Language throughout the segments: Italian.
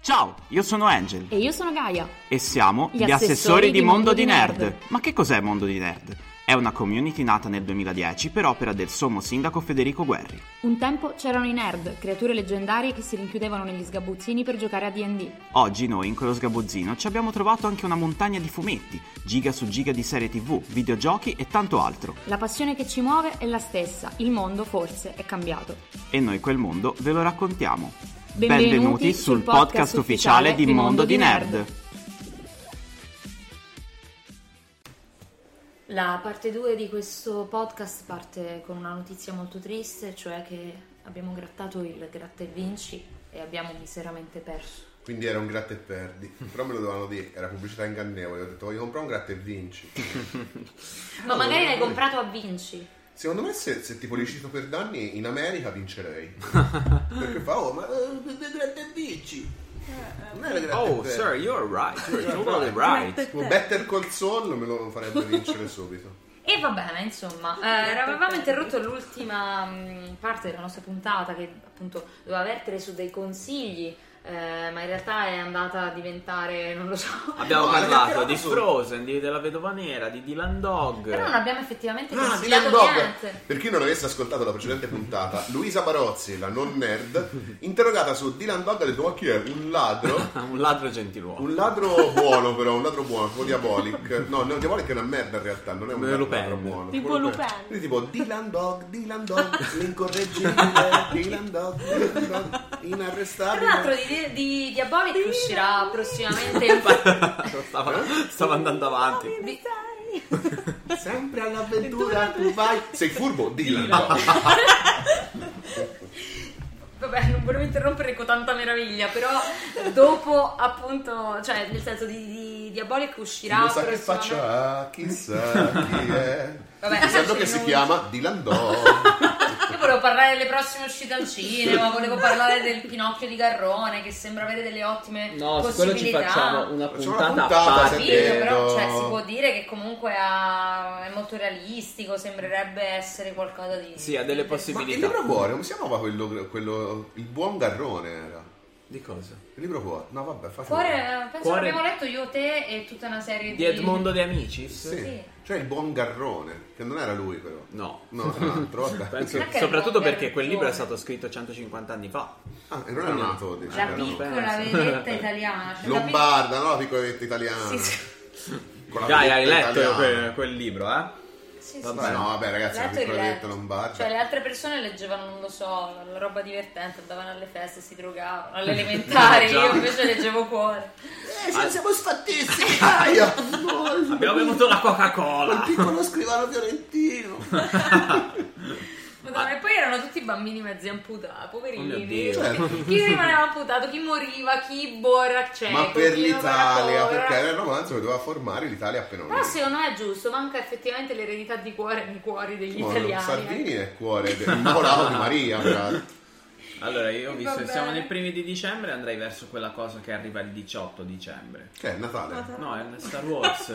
Ciao, io sono Angel. E io sono Gaia. E siamo gli assessori di Mondo di Nerd. Ma che cos'è Mondo di Nerd? È una community nata nel 2010 per opera del sommo sindaco Federico Guerri. Un tempo c'erano i nerd, creature leggendarie che si rinchiudevano negli sgabuzzini per giocare a D&D. Oggi noi in quello sgabuzzino ci abbiamo trovato anche una montagna di fumetti, giga su giga di serie TV, videogiochi e tanto altro. La passione che ci muove è la stessa, il mondo forse è cambiato. E noi quel mondo ve lo raccontiamo. Benvenuti sul podcast ufficiale di Mondo di Nerd. La parte 2 di questo podcast parte con una notizia molto triste, cioè che abbiamo grattato il gratta e vinci e abbiamo miseramente perso. Quindi era un gratta e perdi, però me lo dovevano dire, era pubblicità ingannevole, ho detto voglio comprare un gratta e vinci. Ma magari l'hai comprato a vinci. Secondo me se tipo li cito per danni in America vincerei. Perché fa, ma gratta e vinci. Non è gratta e perdi. Sir, you're right, you're totally right. Tipo Better Call Saul me lo farebbe vincere subito. E va bene, insomma, avevamo interrotto l'ultima parte della nostra puntata che appunto doveva vertere su dei consigli, ma in realtà è andata a diventare, non lo so. Abbiamo parlato di Frozen, della Vedova Nera, di Dylan Dog. Però non abbiamo effettivamente Dylan consigliato Dog. niente. Per chi non avesse ascoltato la precedente puntata, Luisa Barozzi, la non nerd, interrogata su Dylan Dog ha detto ma chi è? Un ladro? Un ladro gentiluomo. Un ladro buono però, un ladro buono, tipo Diabolic. No, Diabolic è una merda in realtà, non è un ladro buono. Tipo Lupin. Quindi tipo Dylan Dog, l'incorreggibile, Dylan Dog, inarrestabile. Tra l'altro di Diabolic uscirà prossimamente Stava andando avanti. Sempre all'avventura tu vai. Sei furbo? Dylan Dog. Vabbè, non volevo interrompere con tanta meraviglia, però dopo appunto, cioè nel senso di Diabolic uscirà Chi lo sa che prossimamente. faccia, chissà chi è. Vabbè, Pensando che si chiama Dylan Dog. Io volevo parlare delle prossime uscite al cinema, volevo parlare del Pinocchio di Garrone che sembra avere delle ottime No, su quello ci possibilità. facciamo una Facciamo puntata una a puntata, parte. se Capito, Vedo. però cioè, si può dire che comunque è molto realistico, sembrerebbe essere qualcosa di... Sì, ha delle Ma il possibilità. libro cuore, come si chiamava quello il buon Garrone era? Di cosa? Il libro cuore? No vabbè, facciamo. Cuore, penso Cuore- l'abbiamo letto io, te e tutta una serie Di Edmondo De Amicis? Sì. Sì. Cioè il buon Garrone, che non era lui però. No. No, era un altro, vabbè. Penso, Perché soprattutto il perché quel libro è Garrone? stato scritto 150 anni fa. Ah, e non era nato, La diciamo. piccola vedetta italiana. Cioè, Lombarda, no? La piccola vedetta italiana. Sì, sì. Con la Dai, hai vedetta letto italiana. quel libro, eh? Sì, sì. Vabbè, no, vabbè ragazzi, la Letto e piccola vedetta riletto. lombarda. Cioè le altre persone leggevano, non lo so, la roba divertente, andavano alle feste, si drogavano, alle elementari, Già. io invece leggevo Cuore. Siamo sfattissimi, Gaia! No, Abbiamo bevuto la Coca-Cola. quel piccolo scrivano fiorentino. Madonna, e poi erano tutti bambini mezzi amputati, poverini. Oh mio Dio. Certo. Chi rimaneva amputato, chi moriva, chi era cieco. Ma per chi non l'Italia, era povero. perché era il romanzo che doveva formare l'Italia appena Però unita. secondo me è giusto, manca effettivamente l'eredità di cuore nei cuori degli italiani. Salvini è cuore del innamorado di Maria, peraltro. Allora, io ho visto Va che siamo bene. nei primi di dicembre, andrei verso quella cosa che arriva il 18 dicembre. Che è il Natale? No, è Star Wars.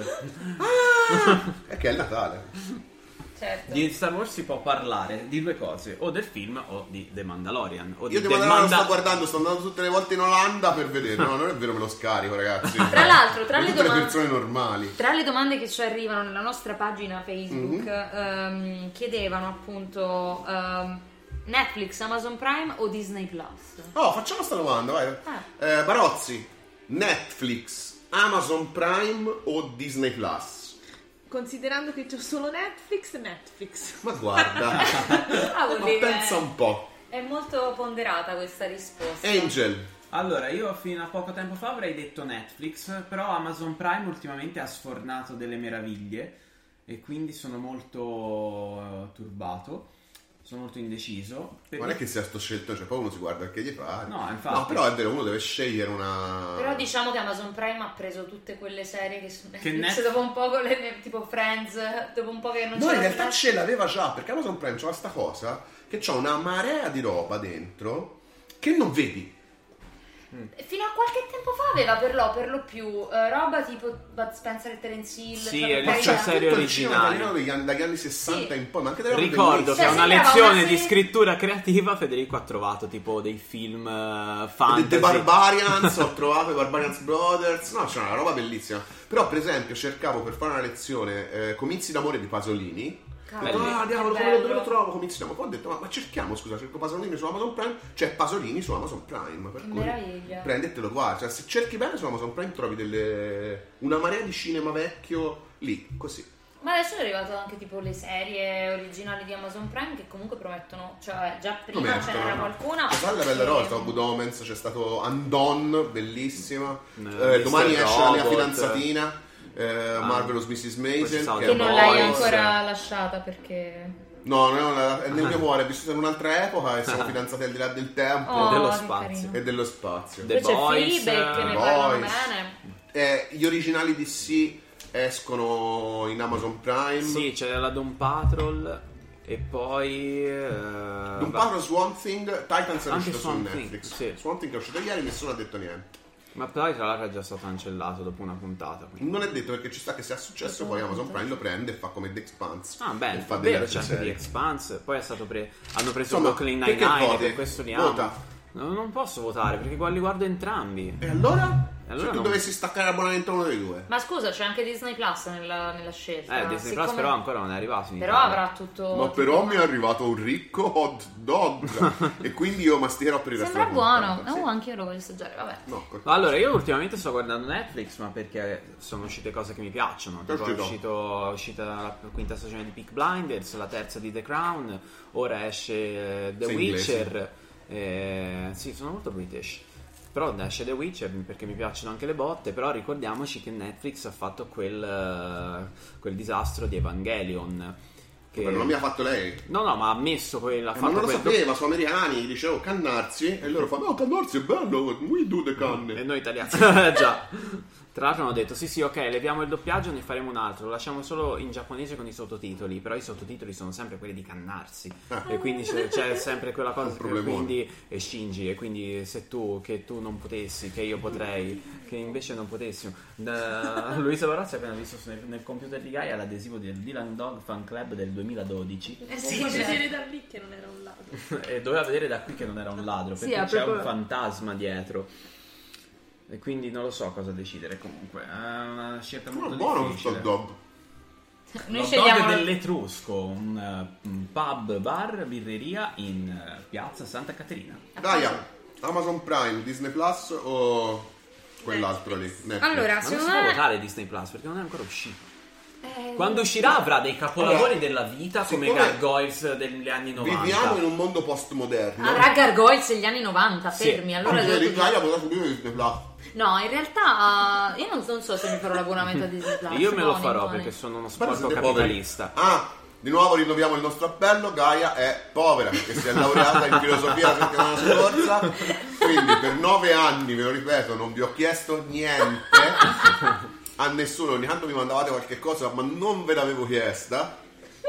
È che è il Natale. Certo. Di Star Wars si può parlare di due cose, o del film o di The Mandalorian. O Io di devo andare, lo sto guardando, sto andando tutte le volte in Olanda per vedere. No, non è vero, me lo scarico, ragazzi. Tra l'altro, tra Per le tutte le domande- persone normali. Tra le domande che ci arrivano nella nostra pagina Facebook chiedevano appunto Netflix, Amazon Prime o Disney Plus? Oh, facciamo sta domanda, vai. Barozzi, Netflix, Amazon Prime o Disney Plus? Considerando che c'ho solo Netflix. Ma guarda, Vuol ma dire- pensa un po'. È molto ponderata questa risposta. Angel, Allora, io fino a poco tempo fa avrei detto Netflix, però Amazon Prime ultimamente ha sfornato delle meraviglie e quindi sono molto turbato, sono molto indeciso. non è che sia sto scelto, cioè poi uno si guarda che gli fare. No, infatti. No, però è vero, uno deve scegliere una... Però diciamo che Amazon Prime ha preso tutte quelle serie che su Netflix Net- dopo un po' tipo Friends, dopo un po' che non No, c'era in realtà più- ce l'aveva già, perché Amazon Prime c'ha sta cosa che c'ha una marea di roba dentro che non vedi. Fino a qualche tempo fa aveva per lo più roba tipo Bud Spencer e Terence Hill. Sì, proprio e carina. c'è serie originali. Dagli anni 60 in poi, ma anche delle robe Ricordo che bellissime. a una sembrava lezione una di serie- scrittura creativa Federico ha trovato tipo dei film fantasy. The Barbarians, ho trovato i Barbarians Brothers, no, c'è una roba bellissima. Però per esempio cercavo per fare una lezione Comizi d'amore di Pasolini. Cavolo, Diavolo, che dove bello. lo trovo? Comizi d'amore. Poi ho detto, ma cerchiamo, scusa, cerco Pasolini su Amazon Prime, c'è Pasolini su Amazon Prime. Per Che cui meraviglia. prendetelo qua, cioè se cerchi bene su Amazon Prime trovi una marea di cinema vecchio lì, così. Ma adesso è arrivato anche tipo le serie originali di Amazon Prime che comunque promettono, cioè già prima ce Promettono. n'era qualcuna. La Bella Bella Rosa, Good Omens, c'è stato Undone, bellissima. Mr. Domani esce la mia Robot. fidanzatina, Marvelous Mrs. Maisel, Sound Che of non l'hai Boys. ancora lasciata perché... No, è nel mio cuore, è vissuta in un'altra epoca e siamo fidanzati al di là del tempo Oh, dello che spazio. carino. e dello spazio. The Poi c'è Boys, Fleabag che ne Boys. parlano bene. Gli originali DC escono in Amazon Prime. Sì, c'è la Doom Patrol e poi Doom Patrol, Swamp Thing, Titans è Anche uscito su Swamp Thing, Netflix. sì. Swamp Thing è uscito ieri, nessuno ha detto niente. ma poi tra l'altro è già stato cancellato dopo una puntata, quindi. Non è detto perché ci sta che sia successo, poi Amazon Prime lo prende e fa come The Expanse. Ah, E bene, fa è delle vero, altre c'è anche serie. The Expanse. Poi è stato hanno preso Insomma, Brooklyn perché Nine-Nine, voti? per questo li amo. Vota. No, non posso votare perché li guardo entrambi. E allora? Allora Se tu non- dovessi staccare l'abbonamento a uno dei due. Ma scusa, c'è anche Disney Plus nella scelta. Disney Plus Siccome- però ancora non è arrivato in Però Italia. avrà tutto... Ma però mi è arrivato un ricco hot dog e quindi io masticherò per il resto Sembra della buono. puntata, sì. Anche io lo voglio assaggiare, vabbè. No, Allora, io ultimamente sto guardando Netflix, ma perché sono uscite cose che mi piacciono. Tipo è uscita la quinta stagione di Peaky Blinders, la terza di The Crown, ora esce The Sei Witcher. Sì, sono molto British. Però esce The Witcher perché mi piacciono anche le botte. Però ricordiamoci che Netflix ha fatto quel disastro di Evangelion. Che... non mi ha fatto lei. No, ma ha messo quella. Ma non lo sapeva, sono americani, dicevo cannarsi e loro fanno no, cannarsi è bello, we do the canne. E noi italiani già. Tra l'altro hanno detto sì, ok, leviamo il doppiaggio, ne faremo un altro, lo lasciamo solo in giapponese con i sottotitoli, però i sottotitoli sono sempre quelli di cannarsi e quindi c'è sempre quella cosa che quindi e Shinji, e quindi se tu non potessi, che io potrei, che invece non potessimo. Luisa Barozzi ha appena visto nel computer di Gaia l'adesivo del Dylan Dog Fan Club del 2012 Sì, Potete cioè. vedere da lì che non era un ladro. e doveva vedere da qui che non era un ladro Sì, perché ha c'è proprio- un fantasma dietro. E quindi non lo so cosa decidere comunque. È una scelta molto buono questo difficile. dog. Noi Lo scegliamo dog dell'Etrusco, un pub, bar, birreria in piazza Santa Caterina. Gaia, Amazon Prime, Disney Plus o quell'altro lì? Netflix. Allora, Ma non si secondo può me... votare Disney Plus perché non è ancora uscito. Quando uscirà avrà dei capolavori della vita come siccome Gargoyles degli anni 90. Viviamo in un mondo postmoderno. Avrà Gargoyles degli anni 90, Sì. fermi. Allora Allora devo di Gaia potrà subire Disney Plus. No, in realtà io non so se mi farò l'abbonamento a Disney Plus. Io me lo no, farò Niccone. perché sono uno Guarda, sporco siete poveri. capitalista. Ah, di nuovo rinnoviamo il nostro appello. Gaia è povera perché si è laureata in filosofia la settimana scorsa. Quindi per 9 anni, ve lo ripeto, non vi ho chiesto niente a nessuno. Ogni tanto mi mandavate qualche cosa, ma non ve l'avevo chiesta.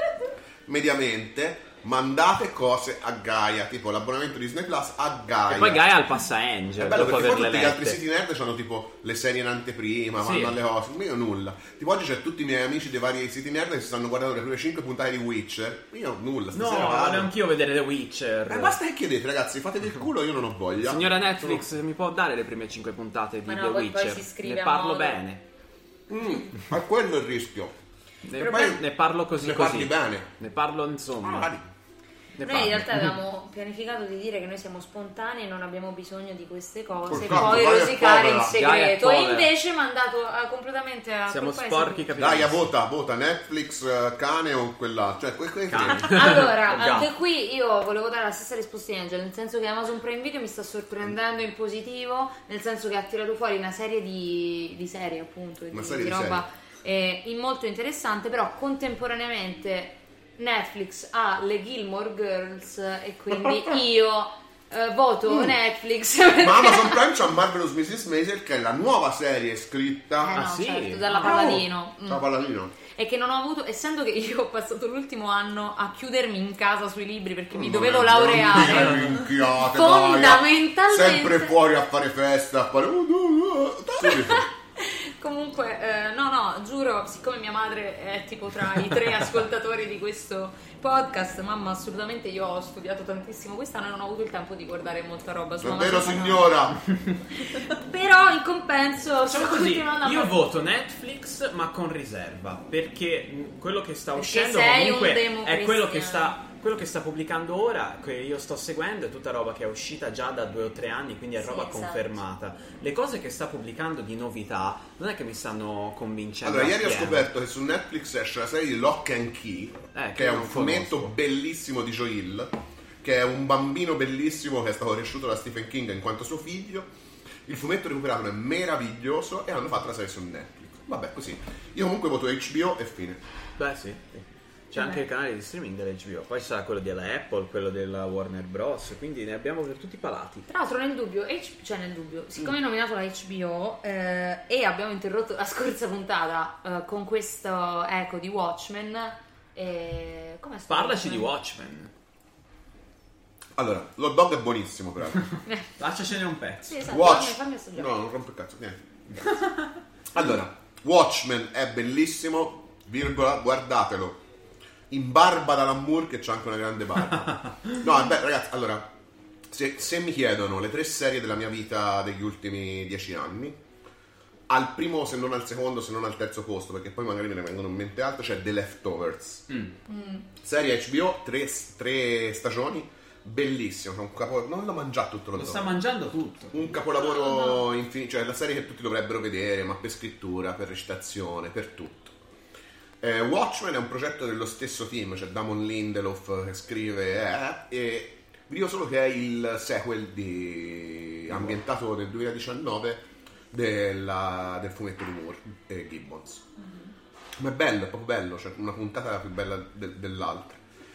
Mediamente mandate cose a Gaia, tipo l'abbonamento Disney Plus a Gaia. E poi Gaia al passa È Angel bello dopo perché poi averle tutti gli altri lette. siti nerd hanno tipo le serie in anteprima, Sì. vanno alle cose, io nulla. Tipo oggi c'è tutti i miei amici dei vari siti nerd che si stanno guardando le prime 5 puntate di Witcher. Io nulla, No, stasera vado. voglio anch'io vedere The Witcher. Basta che chiedete ragazzi, fatevi il culo, io non ho voglia. Signora Netflix, mi può dare le prime 5 puntate di Ma no, The poi Witcher? si scrive Ne a parlo modo. bene. Ma quello è il rischio. Ne parlo così Ne così. parli bene. Ne parlo insomma. Magari. Ne Noi in parlo. realtà avevamo pianificato di dire che noi siamo spontanei e non abbiamo bisogno di queste cose, Porcato, poi Gaia è rosicare in povera. Gaia è segreto. E povera. invece mandato completamente a Siamo quel sporchi paese. capitalisti. Gaia vota Netflix, cane o quella, cioè quei Cane. Allora, Già. anche qui io volevo dare la stessa risposta di Angel, nel senso che Amazon Prime Video mi sta sorprendendo in positivo, nel senso che ha tirato fuori una serie di serie, appunto, Una serie di roba molto interessante, però contemporaneamente Netflix ha le Gilmore Girls e quindi io voto Netflix. Ma Amazon Prime c'ha Marvelous Mrs. Maisel che è la nuova serie scritta No, sì? certo, dalla Palladino. da Palladino. è che non ho avuto, essendo che io ho passato l'ultimo anno a chiudermi in casa sui libri perché mi dovevo laureare, fondamentalmente sempre fuori a fare festa, a fare comunque no, giuro, siccome mia madre è tipo tra i 3 ascoltatori di questo podcast, mamma, assolutamente io ho studiato tantissimo quest'anno e non ho avuto il tempo di guardare molta roba su Amazon. È vero, signora. Però in compenso io voto Netflix ma con riserva, perché quello che sta uscendo sei comunque è quello che sta pubblicando ora, che io sto seguendo, è tutta roba che è uscita già da 2 o 3 anni, quindi è roba confermata. Le cose che sta pubblicando di novità non è che mi stanno convincendo. Allora, ieri ho scoperto che su Netflix esce la serie di Lock and Key, che è un fumetto bellissimo di Joe Hill, che è un bambino bellissimo che è stato cresciuto da Stephen King in quanto suo figlio. Il fumetto recuperato è meraviglioso e hanno fatto la serie su Netflix. Vabbè, così. Io comunque voto HBO e fine. Beh, sì. C'è anche il canale di streaming dell'HBO, poi sarà quello della Apple, quello della Warner Bros, quindi ne abbiamo per tutti i palati. Tra l'altro nel dubbio, siccome hai nominato la HBO e abbiamo interrotto la scorsa puntata con questo eco di Watchmen, com'è stato? Parlaci di Watchmen. Allora, l'hot dog è buonissimo però. Lasciacene un pezzo. Sì, esatto, fammi assaggiare. No, non rompo il cazzo, niente. Allora, Watchmen è bellissimo, virgola, guardatelo. In barba da Lamour, che c'ha anche una grande barba. No, beh, ragazzi, allora, se mi chiedono le 3 serie della mia vita degli ultimi 10 anni, al primo, se non al secondo, se non al terzo posto, perché poi magari me ne vengono in mente altre, c'è The Leftovers. Serie HBO, 3 stagioni, bellissimo. C'è un capolavoro. Non l'ho mangiato tutto lo sta mangiando tutto. Un capolavoro infinito, cioè la serie che tutti dovrebbero vedere, ma per scrittura, per recitazione, per tutto. Watchmen è un progetto dello stesso team, c'è Damon Lindelof che scrive e vi dico solo che è il sequel ambientato nel 2019 del fumetto di Moore e Gibbons. Ma è bello, è proprio bello, cioè una puntata più bella dell'altra.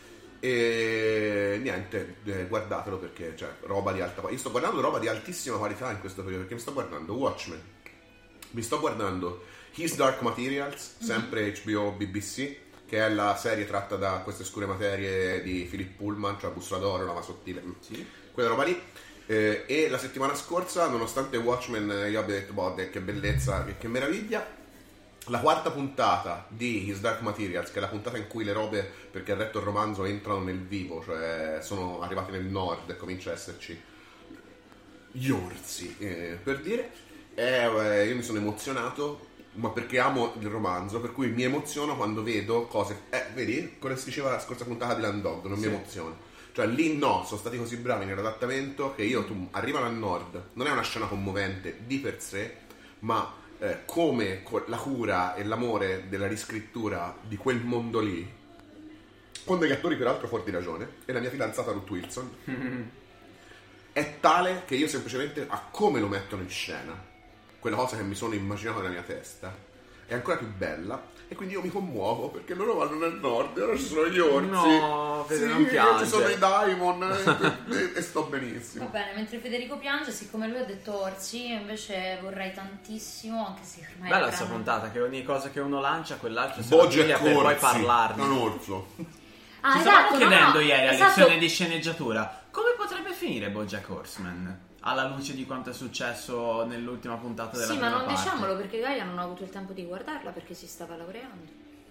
E niente, guardatelo perché c'è roba di alta qualità. Io sto guardando roba di altissima qualità in questo periodo, perché mi sto guardando Watchmen, mi sto guardando His Dark Materials, sempre HBO BBC, che è la serie tratta da queste scure materie di Philip Pullman, cioè Bussola d'Oro, Lama Sottile, quella roba lì. E la settimana scorsa, nonostante Watchmen io abbia detto boh, che bellezza, che meraviglia, la 4ª puntata di His Dark Materials, che è la puntata in cui le robe, perché ha letto il romanzo, entrano nel vivo, cioè sono arrivati nel nord e comincia a esserci gli orsi, per dire, io mi sono emozionato, ma perché amo il romanzo, per cui mi emoziono quando vedo cose, vedi, come si diceva la scorsa puntata di Land Dog, non mi emoziono, cioè lì no, sono stati così bravi nell'adattamento che tu arrivano al nord, non è una scena commovente di per sé, ma come la cura e l'amore della riscrittura di quel mondo lì, con degli attori peraltro fuori di ragione, e la mia fidanzata Ruth Wilson è tale che io semplicemente a come lo mettono in scena, quella cosa che mi sono immaginato nella mia testa, è ancora più bella, e quindi io mi commuovo perché loro vanno nel nord e ora ci sono gli orsi. No, sì, non piange. Ci sono i daimon e sto benissimo. Va bene, mentre Federico piange, siccome lui ha detto orsi, io invece vorrei tantissimo, anche se ormai bella questa puntata, che ogni cosa che uno lancia quell'altro si Bojack per poi parlarne. Un orso. Ci stavamo chiedendo ieri a lezione di sceneggiatura come potrebbe finire BoJack Horseman alla luce di quanto è successo nell'ultima puntata della prima parte. Sì, ma non diciamolo perché Gaia non ha avuto il tempo di guardarla perché si stava laureando.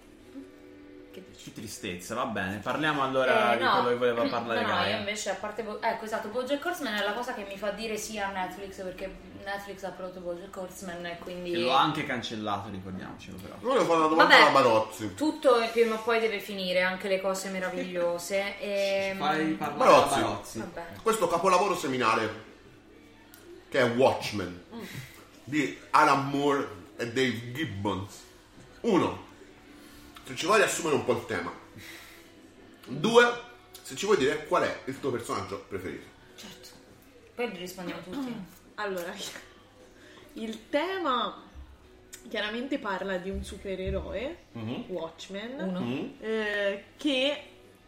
Che dici? Che tristezza, va bene, parliamo allora di quello che voleva parlare Gaia. Io invece, a parte esatto, BoJack Horseman è la cosa che mi fa dire sì a Netflix, perché Netflix ha prodotto BoJack Horseman e quindi... E lo ha anche cancellato, ricordiamocelo però. Volevo fare una domanda alla Barozzi. Tutto prima o poi deve finire, anche le cose meravigliose. Fai parlare alla Barozzi. Questo capolavoro seminale che è Watchmen di Alan Moore e Dave Gibbons. 1. Se ci vuoi riassumere un po' il tema. 2. Se ci vuoi dire qual è il tuo personaggio preferito. Certo. Poi rispondiamo tutti. Allora, il tema chiaramente parla di un supereroe, Watchmen, che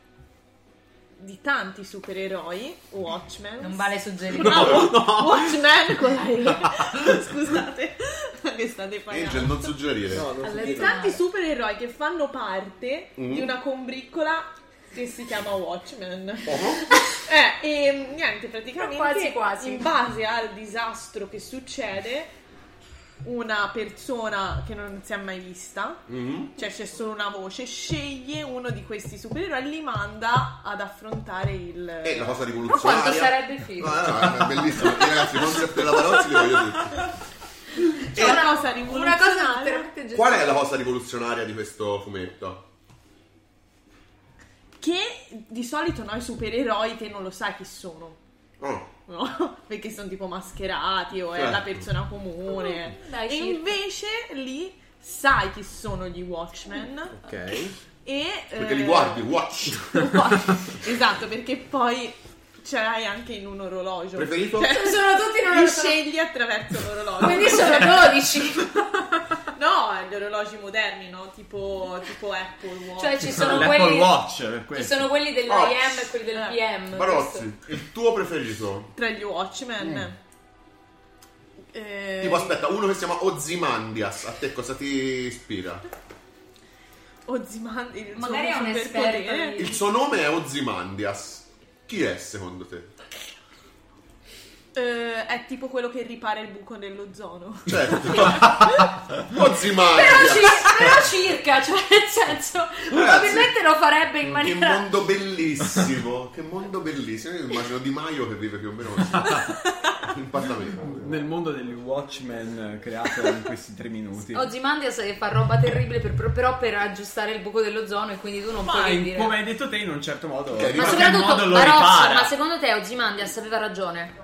di tanti supereroi, Watchmen. Non vale suggerire. Watchmen con la scusate, che state pagando. Angel, non suggerire. No, non Allora, so dire. Tanti supereroi che fanno parte di una combriccola che si chiama Watchmen. E niente, praticamente Quasi, quasi. in base al disastro che succede, una persona che non si è mai vista, cioè c'è solo una voce, sceglie uno di questi supereroi e li manda ad affrontare il... La cosa Ma rivoluzionaria. quanto sarebbe figo. No, è bellissimo. Io, ragazzi, i concept della Barozzi li voglio tutti. Cioè, una cosa Una rivoluzionaria. cosa veramente gestita. Qual è la cosa rivoluzionaria di questo fumetto? Che di solito noi supereroi te non lo sai chi sono. Oh. No? Perché sono tipo mascherati o è Certo. la persona comune. Dai, E circa. invece lì sai chi sono gli Watchmen. Ok. E, Perché li guardi, watch. Esatto, perché poi ce l'hai anche in un orologio. Preferito? Cioè, Sono tutti in li orologio. scegli attraverso l'orologio. Quindi sono 12. No, gli orologi moderni, no? Tipo Apple Watch. Cioè ci sono L'Apple quelli Watch per ci questo. sono quelli dell'IM e quelli del PM. Barozzi, il tuo preferito? Tra gli Watchmen. Tipo, aspetta, uno che si chiama Ozymandias. A te cosa ti ispira? Ozymandias, il Magari suo è un superpotere. esperto. Il suo nome è Ozymandias. Chi è secondo te? È tipo quello che ripara il buco nell'ozono. Certo. Però, Ozymandias. però circa, cioè nel senso probabilmente lo farebbe in Che maniera mondo bellissimo. Che mondo bellissimo. Io immagino Di Maio che vive più o meno in Parlamento. Nel mondo degli Watchmen creato in questi 3 minuti. Ozymandias che fa roba terribile però per aggiustare il buco dell'ozono e quindi tu non Ma puoi dire. come hai detto te, in un certo modo, Ok, in Ma in qualche soprattutto modo lo Barozzi, ripara. ma secondo te Ozymandias aveva ragione?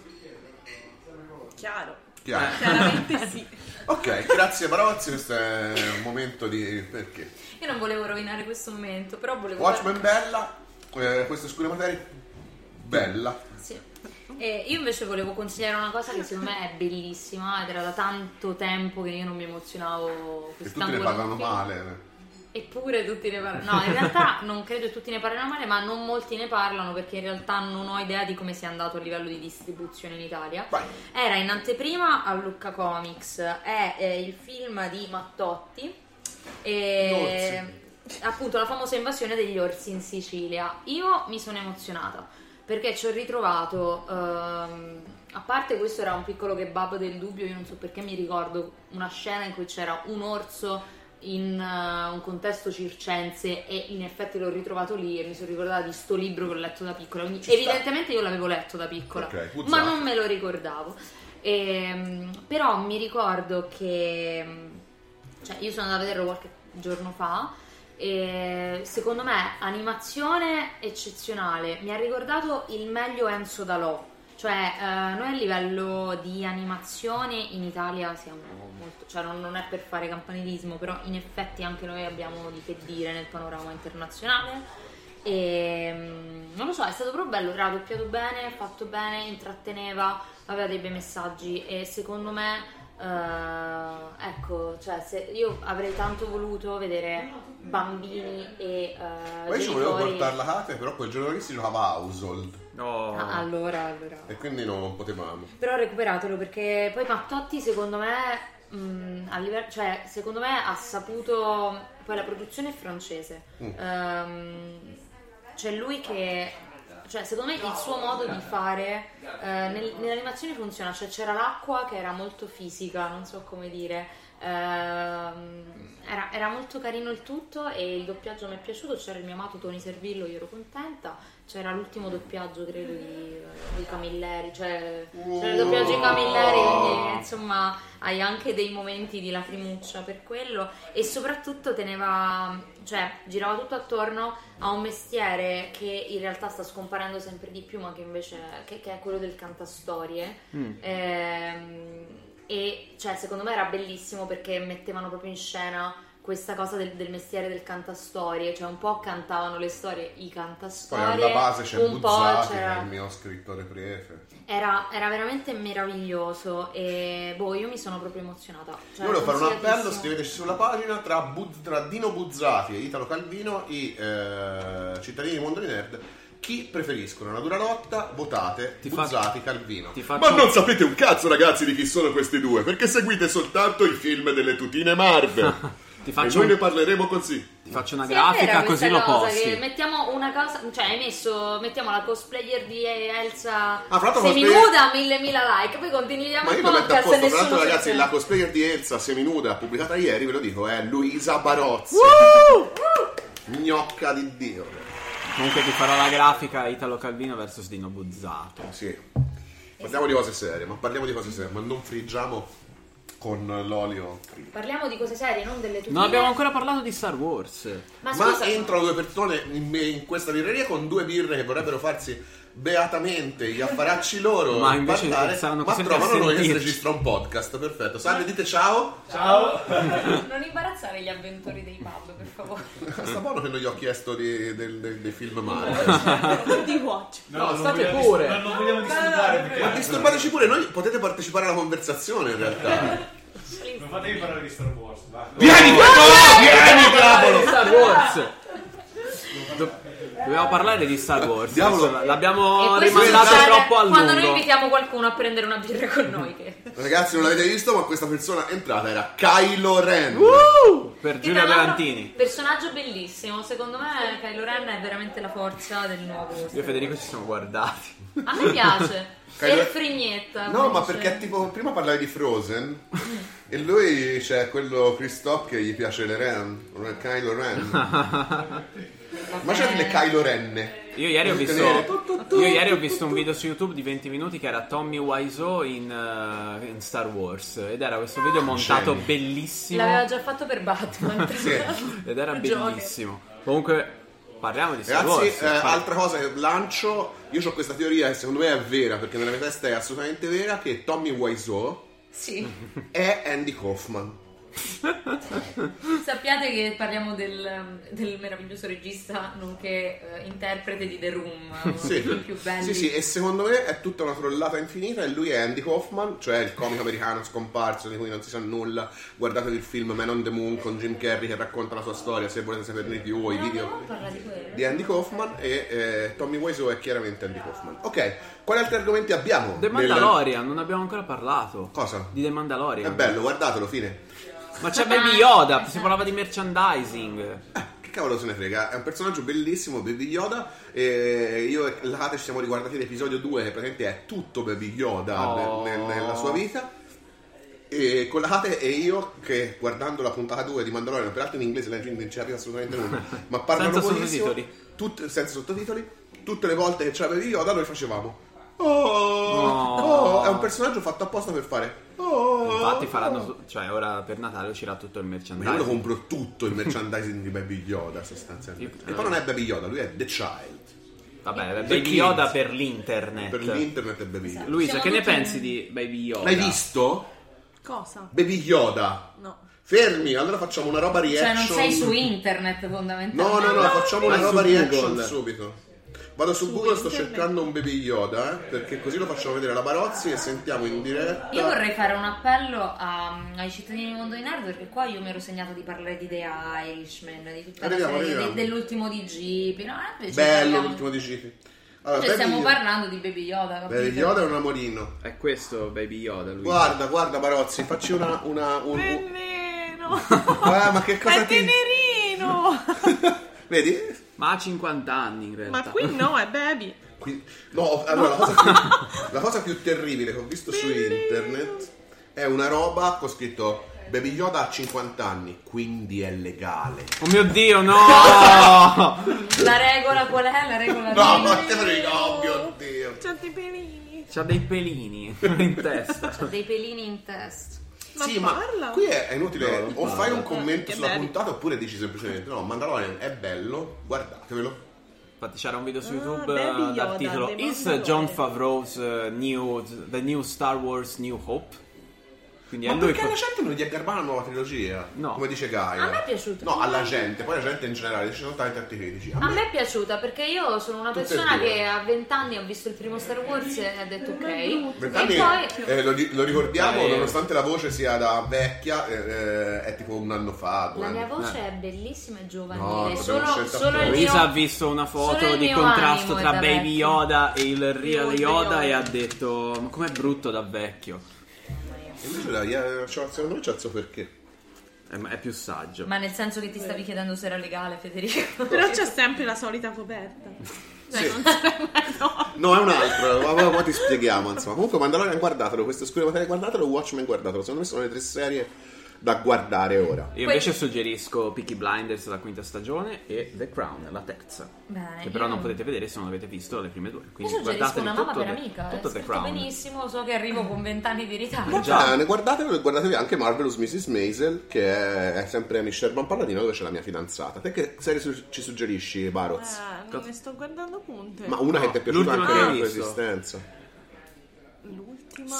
Chiaro. Chiaro. Chiaramente sì. Ok, grazie Barozzi. Questo è un momento di... Perché? Io non volevo rovinare questo momento, però volevo Watchmen bella. Queste oscure materie bella. Sì. E io invece volevo consigliare una cosa che secondo me è bellissima ed era da tanto tempo che io non mi emozionavo Che così tutti tanto ne con un parlano film. male. Eppure tutti ne parlano. No, in realtà non credo che tutti ne parlino male, ma non molti ne parlano perché in realtà non ho idea di come sia andato a livello di distribuzione in Italia. Vai. Era in anteprima a Lucca Comics, è il film di Mattotti e appunto la famosa invasione degli orsi in Sicilia. Io mi sono emozionata perché ci ho ritrovato a parte questo era un piccolo kebab del dubbio, io non so perché mi ricordo una scena in cui c'era un orso in un contesto circense e in effetti l'ho ritrovato lì e mi sono ricordata di sto libro che ho letto da piccola, quindi evidentemente io l'avevo letto da piccola, Ok, ma non me lo ricordavo. Però mi ricordo che cioè io sono andata a vederlo qualche giorno fa e secondo me animazione eccezionale, mi ha ricordato il meglio Enzo Dalò. Cioè, noi a livello di animazione in Italia siamo molto... Cioè, non è per fare campanilismo, però in effetti anche noi abbiamo di che dire nel panorama internazionale. E non lo so, è stato proprio bello, era doppiato bene, fatto bene, intratteneva, aveva dei bei messaggi e secondo me... ecco, cioè se io avrei tanto voluto vedere bambini e Ma io ci volevo genitori. portare la Kate, però quel giorno lì si giocava Household No. Ah, allora. e quindi non potevamo. Però recuperatelo perché poi Mattotti secondo me a livello, cioè secondo me ha saputo, poi la produzione è francese, c'è lui che, cioè secondo me il suo modo di fare nell'animazione funziona, cioè c'era l'acqua che era molto fisica, non so come dire, era molto carino il tutto e il doppiaggio mi è piaciuto, c'era il mio amato Tony Servillo, io ero contenta, c'era l'ultimo doppiaggio credo di Camilleri, cioè c'era il doppiaggio di Camilleri, quindi insomma hai anche dei momenti di lacrimuccia per quello e soprattutto teneva, cioè girava tutto attorno a un mestiere che in realtà sta scomparendo sempre di più ma che invece che è quello del cantastorie. E cioè secondo me era bellissimo perché mettevano proprio in scena questa cosa del mestiere del cantastorie, cioè un po' cantavano le storie i Poi cantastorie, alla base c'è un po' Buzzati, che c'era, è il mio scrittore prefe. era veramente meraviglioso e boh, io mi sono proprio emozionata. Cioè, Io volevo fare un appello, consigliatissimo. scriveteci sulla pagina tra Dino Buzzati e Italo Calvino, i cittadini di Mondo di Nerd, Chi preferiscono? Natura Lotta, votate, Buzzati, Calvino. Ma non sapete un cazzo, ragazzi, di chi sono questi due, perché seguite soltanto i film delle tutine Marvel. E noi ne parleremo così. Ti faccio una grafica così lo posti. Che mettiamo una cosa, cioè mettiamo la cosplayer di Elsa seminuda seminuda, 1000 like, poi continuiamo il podcast. Tra l'altro, ragazzi, la cosplayer di Elsa seminuda pubblicata ieri, ve lo dico, è Luisa Barozzi. Gnocca di Dio. Comunque ti farò la grafica Italo Calvino versus Dino Buzzato. Sì. Parliamo di cose serie, ma non friggiamo con l'olio. Parliamo di cose serie, non delle tutine. Non abbiamo ancora parlato di Star Wars. Ma scusa, entrano due persone in questa birreria con 2 birre che vorrebbero farsi beatamente gli affaracci loro, ma invece ma trovano noi che si registra un podcast. Perfetto. Salve, dite ciao. Ciao. Non imbarazzare gli avventori dei pub, per favore. Sta buono che non gli ho chiesto dei film Marvel. Di watch. No, state pure. Non vogliamo disturbare. Ma disturbateci pure, noi potete partecipare alla conversazione in realtà. Non fatevi parlare di Star Wars. Va. Vieni, cavolo! Star Wars. Dobbiamo parlare di Star Wars. Diavolo. L'abbiamo E questo rimandato succede troppo a lungo. quando noi invitiamo qualcuno a prendere una birra con noi. Ragazzi, non l'avete visto, ma questa persona entrata era Kylo Ren. Per Che Giulia tra l'altro, Galantini. personaggio bellissimo. Secondo me Kylo Ren è veramente la forza del nuovo. Io e Federico ci siamo guardati. A me piace. Kylo- E frignetta. No, come ma dice. perché tipo prima parlavi di Frozen e lui c'è quello Christophe che gli piace le Ren, Kylo Ren. Ma c'è delle Kylo Ren. Io ieri ho visto un video su YouTube di 20 minuti che era Tommy Wiseau in Star Wars ed era questo video montato Genio. bellissimo. L'aveva già fatto per Batman. Sì. Ed era Giochi. bellissimo. Comunque parliamo di Star Ragazzi, Wars. altra cosa che lancio, io ho questa teoria che secondo me è vera, perché nella mia testa è assolutamente vera, che Tommy Wiseau Sì. è Andy Kaufman. Sappiate che parliamo del meraviglioso regista nonché interprete di The Room, uno Sì. dei più belli. Sì, e secondo me è tutta una trollata infinita e lui è Andy Kaufman, cioè il comico americano scomparso di cui non si sa nulla. Guardatevi il film Man on the Moon con Jim Carrey che racconta la sua storia, se volete saperne di più, o i video Parla di quello. di Andy Kaufman, e Tommy Wiseau è chiaramente Andy Kaufman. Ok, quali altri argomenti abbiamo? The Mandalorian, non abbiamo ancora parlato. Cosa? Di The Mandalorian. È bello, guardatelo, fine. Ma c'è Baby Yoda, si parlava di merchandising. Che cavolo se ne frega, è un personaggio bellissimo, Baby Yoda, e io e la Kate ci siamo riguardati l'episodio 2 che praticamente è tutto Baby Yoda nella sua vita, e con la Kate e io che guardando la puntata 2 di Mandalorian, peraltro in inglese la gente non ci arriva assolutamente nulla, ma parlano Senza buonissimo, sottotitoli. senza sottotitoli, tutte le volte che c'era Baby Yoda noi facevamo è un personaggio fatto apposta per fare Infatti faranno, cioè ora per Natale uscirà tutto il ma merchandising. io lo compro tutto il merchandising di Baby Yoda sostanzialmente. E poi non è Baby Yoda, lui è The Child. Vabbè, The Baby Kids. Yoda per l'internet. Per l'internet è Baby Yoda. Luisa, Siamo che ne tutti- pensi di Baby Yoda? L'hai visto? Cosa? Baby Yoda. No. Fermi, allora facciamo una roba Cioè reaction. non sei su internet fondamentalmente. No, facciamo una Vai roba su reaction Google. subito. Vado su Google, sto cercando un Baby Yoda, perché così lo facciamo vedere alla Barozzi e sentiamo in diretta. Io vorrei fare un appello ai cittadini del mondo di nerd, perché qua io mi ero segnato di parlare di The Irishman, di tutta Arriviamo, la serie arriviamo. dell'ultimo di Jeep, no? Invece Bello parliamo- l'ultimo di Gifi. Allora, Cioè, Baby stiamo Yoda. parlando di Baby Yoda, capito? Baby Yoda è un amorino. È questo Baby Yoda, Luisa. Guarda Barozzi, facci un Bellino! ma che cosa È ti... tenerino! Vedi? Ma ha 50 anni in realtà. Ma qui no, è baby. No, allora la cosa più terribile che ho visto su internet è una roba con scritto Baby Yoda ha 50 anni, quindi è legale. Oh mio Dio, no! La regola qual è? La regola No, di... ma te frega, oh mio Dio. C'ha dei pelini. C'ha dei pelini in testa. dei pelini in testa. Ma Sì, parla. ma qui è inutile, No, non o fai un commento Che sulla bello. puntata oppure dici semplicemente no, Mandalorian è bello, guardatevelo. Infatti c'era un video su YouTube Baby Yoda, dal titolo The Is Mandalorian. Jon Favreau's the new Star Wars New Hope? Quindi Ma a lui perché alla gente non gli è garbata la nuova trilogia? No. Come dice Gaia. A me è piaciuto. No, alla gente, poi la gente in generale, ci sono tanti critici. A me è piaciuta perché io sono una Tutte e persona due. che a 20 anni ho visto il primo Star Wars e ha detto ok. 20 E anni, poi lo ricordiamo, Dai. nonostante la voce sia da vecchia, è tipo un anno fa. la 2 mia anni. voce è bellissima e No, giovanile. abbiamo scelto Solo il apposta. mio Luisa ha visto una solo foto il di mio contrasto animo è tra da Baby vecchio. Yoda e il real Old Yoda Yoda. e ha detto ma com'è brutto da vecchio. Invece secondo me c'è il suo perché. È più saggio. Ma nel senso che ti stavi chiedendo se era legale, Federico. Però c'è sempre la solita coperta. Sì. Non serve, no. No, è un altro, ma poi ti spieghiamo. Insomma, comunque Mandalorian guardatelo, questo Oscure Materie guardatelo, Watchmen guardatelo. Secondo me sono le 3 serie da guardare ora. Io invece suggerisco Peaky Blinders, la 5ª stagione, e The Crown, la terza. Beh, Che però io- non potete vedere se non avete visto le prime 2. Io Quindi suggerisco guardatevi una mamma tutto per The- amica. È tutto The scritto Crown. benissimo, so che arrivo con 20 anni di ritardo. Va già. bene, guardatelo e guardatevi anche Marvelous Mrs. Maisel, che è sempre Amy Sherman Palladino, dove c'è la mia fidanzata. Te che serie ci suggerisci, Baroz? Non ne sto guardando punte. Ma una che ti è piaciuta l'ultima anche che hai nella tua visto. esistenza. L'ultima.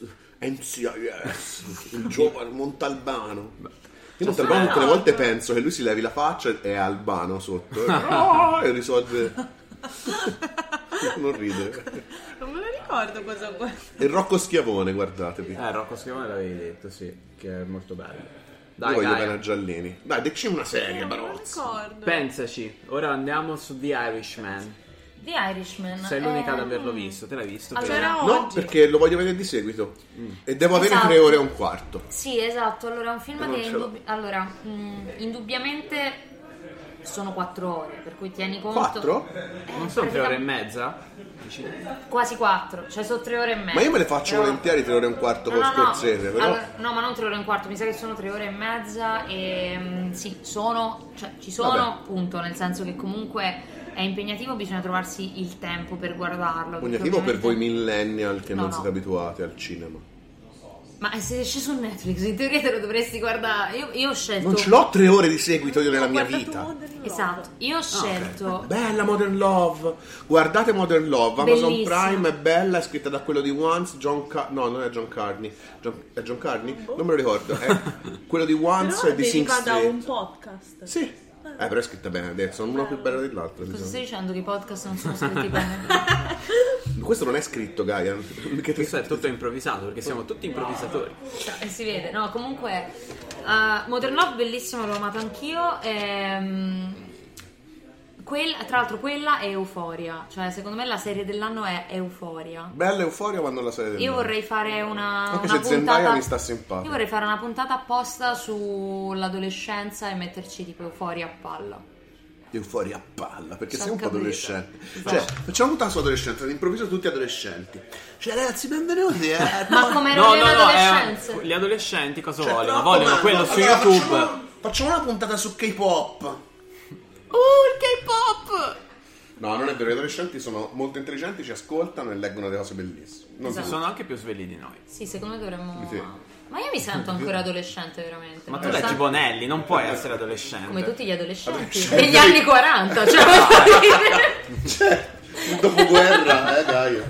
NCIS, il giovane Montalbano. Io Cioè, Montalbano tutte le volte penso che lui si levi la faccia e è albano sotto e risolve. Non ridere. Non me lo ricordo cosa ho guardato. Il Rocco Schiavone, guardatevi. Rocco Schiavone l'avevi detto, sì, che è molto bello. Io Dai, voglio Gaia, bene a Giallini. Dai, dici una serie, Non me lo Barozzo. ricordo. pensaci. Ora andiamo su The Irishman. The Irishman. Sei l'unica ad averlo visto, te l'hai visto? Allora, C'era No, oggi. perché lo voglio vedere di seguito. E devo avere Esatto. 3 ore e un quarto. Sì, esatto. Allora, è un film E non che ce l'ho. indubbiamente sono 4 ore, per cui tieni conto. 4? Non sono 3 ore e mezza? Quasi 4, cioè sono 3 ore e mezza. Ma io me le faccio Però- volentieri 3 ore e un quarto con No, Scorsese, però. Allora, no, ma non 3 ore e un quarto, mi sa che sono 3 ore e mezza e sì, sono, cioè ci sono, Vabbè. punto, nel senso che comunque è impegnativo, bisogna trovarsi il tempo per guardarlo. perché Impegnativo per voi ovviamente- millennial che No, non no. siete abituati al cinema. Ma se esce su Netflix, in teoria te lo dovresti guardare. Io ho scelto. Non ce l'ho 3 ore di seguito io nella Ho mia guardato vita. Modern Love. Esatto, io ho scelto. Bella Modern Love. Guardate Modern Love. Amazon Bellissima. Prime è bella, è scritta da quello di Once, no, non è John Carney. È John Carney? Non me lo ricordo. È quello di Once Però e di Sing deriva da Street. un podcast. Sì. Però è scritta bene, adesso sono uno più bello dell'altro. Cosa bisogna. stai dicendo? Che i podcast non sono scritti bene? Questo non è scritto, Gaia. Che Questo è tutto improvvisato, perché siamo tutti improvvisatori. Si vede, no? Comunque, Modern Love, bellissimo, l'ho amato anch'io. Tra l'altro, quella è Euphoria. Cioè, secondo me la serie dell'anno è Euphoria. Bella euforia quando la serie del Io mondo. vorrei fare una Anche una se Zendaya puntata. mi sta simpatico. Io vorrei fare una puntata apposta sull'adolescenza e metterci tipo Euphoria a palla. Euforia a palla, perché Ci sei un po' ho capito. adolescente. Esatto. Cioè, facciamo tutta la sua adolescenza, all'improvviso tutti adolescenti. Cioè, ragazzi, benvenuti. Ma come erano le adolescenze? Gli adolescenti cosa Cioè, vogliono? troppo Vogliono bello. quello su Allora, YouTube. Facciamo una puntata su K-pop. Il K-pop! No, non è vero, gli adolescenti sono molto intelligenti, ci ascoltano e leggono delle cose bellissime. Non Esatto. si Sono anche più svegli di noi. Sì, secondo me dovremmo. Sì. Ma io mi sento ancora adolescente, veramente. Ma tu nonostante- leggi Bonelli, non puoi essere adolescente. Come tutti gli adolescenti Adolescenti. degli anni 40, cioè voglio dire. Cioè, il dopoguerra, Gaia.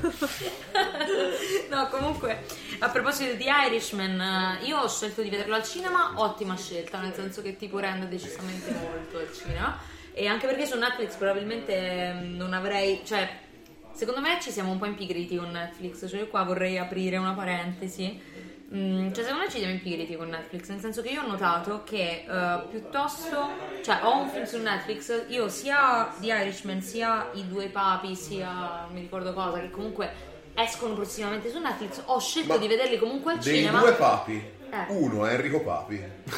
No, comunque, a proposito di Irishman, io ho scelto di vederlo al cinema, ottima scelta, nel senso che tipo rende decisamente molto al cinema. E anche perché su Netflix probabilmente non avrei, cioè, secondo me ci siamo un po' impigriti con Netflix, cioè io qua vorrei aprire una parentesi. Cioè secondo me ci siamo impigriti con Netflix, nel senso che io ho notato che piuttosto, cioè ho un film su Netflix, io sia di Irishman sia i Due Papi sia non mi ricordo cosa, che comunque escono prossimamente su Netflix, ho scelto Ma di vederli comunque al Dei cinema. due papi, uno è Enrico Papi.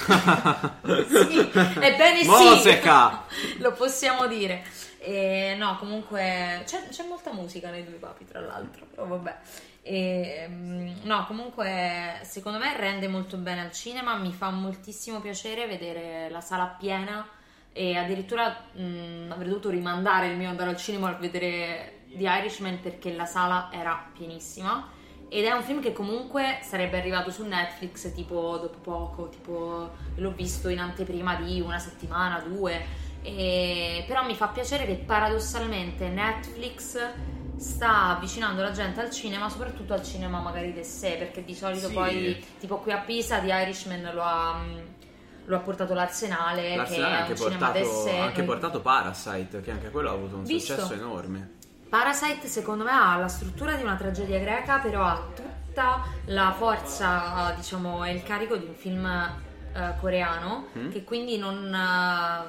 Sì, ebbene sì, Mosca! lo possiamo dire. No, comunque c'è molta musica nei Due Papi, tra l'altro, però vabbè. No, comunque secondo me rende molto bene al cinema, mi fa moltissimo piacere vedere la sala piena e addirittura avrei dovuto rimandare il mio andare al cinema a vedere The Irishman perché la sala era pienissima. Ed è un film che comunque sarebbe arrivato su Netflix tipo dopo poco, tipo l'ho visto in anteprima di una settimana, 2, però mi fa piacere che paradossalmente Netflix sta avvicinando la gente al cinema, soprattutto al cinema magari d'essè, perché di solito poi tipo qui a Pisa The Irishman lo ha portato l'Arsenale, che è ha un cinema d'essè. ha anche portato Parasite, che anche quello ha avuto un successo enorme. Parasite secondo me ha la struttura di una tragedia greca, però ha tutta la forza, diciamo, e il carico di un film coreano, che quindi non ha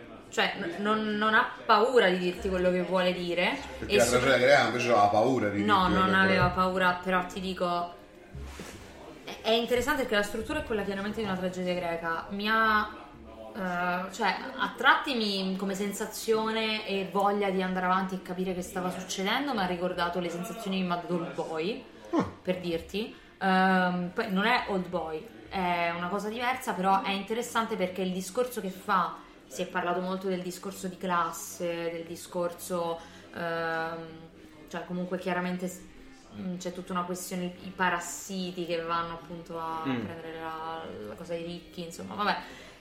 paura di dirti quello che vuole dire. Perché la tragedia greca invece aveva paura di No, non aveva paura, però ti dico, è interessante perché la struttura è quella chiaramente di una tragedia greca. Mi ha a tratti come sensazione e voglia di andare avanti e capire che stava succedendo mi ha ricordato le sensazioni che mi ha dato Old Boy, per dirti. Poi non è Old Boy, è una cosa diversa, però è interessante perché il discorso che fa, si è parlato molto del discorso di classe, del discorso cioè comunque chiaramente c'è tutta una questione, i parassiti che vanno appunto a prendere la cosa ai ricchi, insomma, vabbè.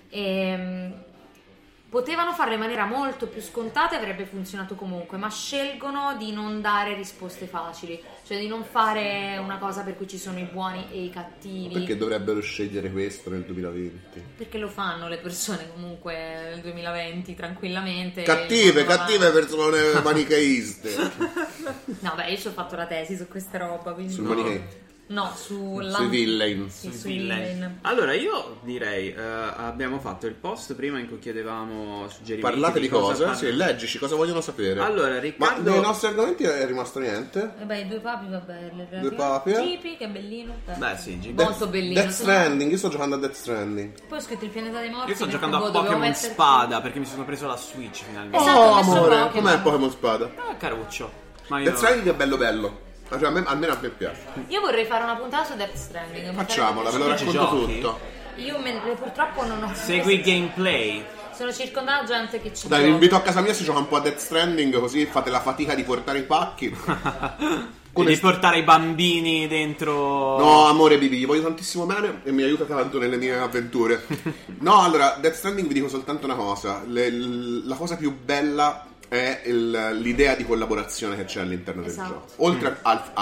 Potevano farlo in maniera molto più scontata e avrebbe funzionato comunque, ma scelgono di non dare risposte facili, cioè di non fare una cosa per cui ci sono i buoni e i cattivi. Perché dovrebbero scegliere questo nel 2020? Perché lo fanno le persone comunque nel 2020 tranquillamente. Cattive persone manicheiste. No, beh, io ci ho fatto la tesi su questa roba, quindi Sul manichei? No, sui villain. Sì, sui villain. Allora io direi abbiamo fatto il post prima in cui chiedevamo suggerimenti. Parlate di cosa? Sì, leggici, cosa vogliono sapere. Allora, Riccardo, ma dei nostri argomenti è rimasto niente? Beh, i due papi, vabbè, due papi. Jeepy, che è bellino. Beh, sì, Jeepy. Molto bellino. Death Stranding, io sto giocando a Death Stranding. Poi ho scritto il pianeta dei morti. Io sto giocando a Pokémon Spada perché mi sono preso la Switch finalmente. Esatto, amore, com'è Pokémon Spada? Caruccio. Death Stranding è bello. Cioè, almeno a me piace. Io vorrei fare una puntata su Death Stranding. Facciamola, ve lo racconto tutto. Io purtroppo non ho. Segui gameplay. Sono circondata da gente che ci Dai, vi invito a casa mia, si gioca un po' a Death Stranding, così fate la fatica di portare i pacchi. Di portare i bambini dentro. No, amore, Bibi, gli voglio tantissimo bene e mi aiuta tanto nelle mie avventure. No, allora, Death Stranding vi dico soltanto una cosa. La cosa più bella è l'idea di collaborazione che c'è all'interno del gioco, oltre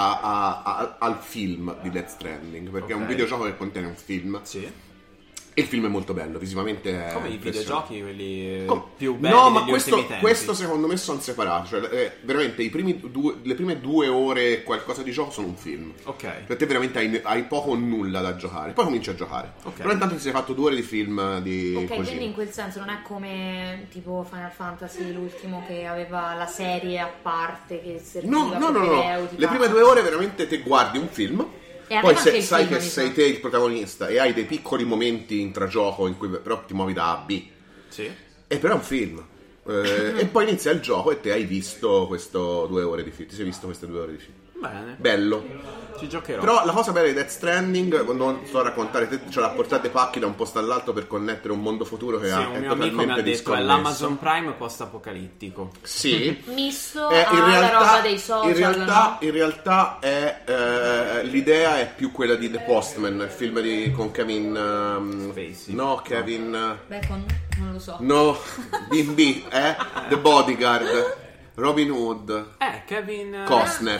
al film di Death Stranding, perché è un videogioco che contiene un film. Sì. E il film è molto bello, visivamente è come i videogiochi, quelli più belli. No, ma ultimi tempi. questo secondo me sono separati. Cioè, veramente le prime 2 ore e qualcosa di gioco sono un film. Ok. Perché veramente hai poco o nulla da giocare. Poi cominci a giocare. Okay. Però intanto ti sei fatto 2 ore di film di ok, così. Quindi in quel senso non è come tipo Final Fantasy, l'ultimo, che aveva la serie a parte che serviva No. Le prime 2 ore veramente te guardi un film. Poi se sai che sei te il protagonista e hai dei piccoli momenti intragioco in cui però ti muovi da A a B. Sì. E però è un film. E poi inizia il gioco e te hai visto questo 2 ore di film. Ti sei visto queste 2 ore di film. Bene. Bello. Ci giocherò. Però la cosa bella di Death Stranding, quando sto a raccontare, te ce l'ha portate pacchi da un posto all'altro per connettere un mondo futuro che sì, è un mio totalmente amico mi ha detto disconnesso. è l'Amazon Prime post-apocalittico. Sì. Misto alla roba dei social. In realtà è l'idea è più quella di The Postman, il film con Kevin Spacey. No, Kevin Bacon? Non lo so. No, B&B, The Bodyguard, Robin Hood, Kevin Costner.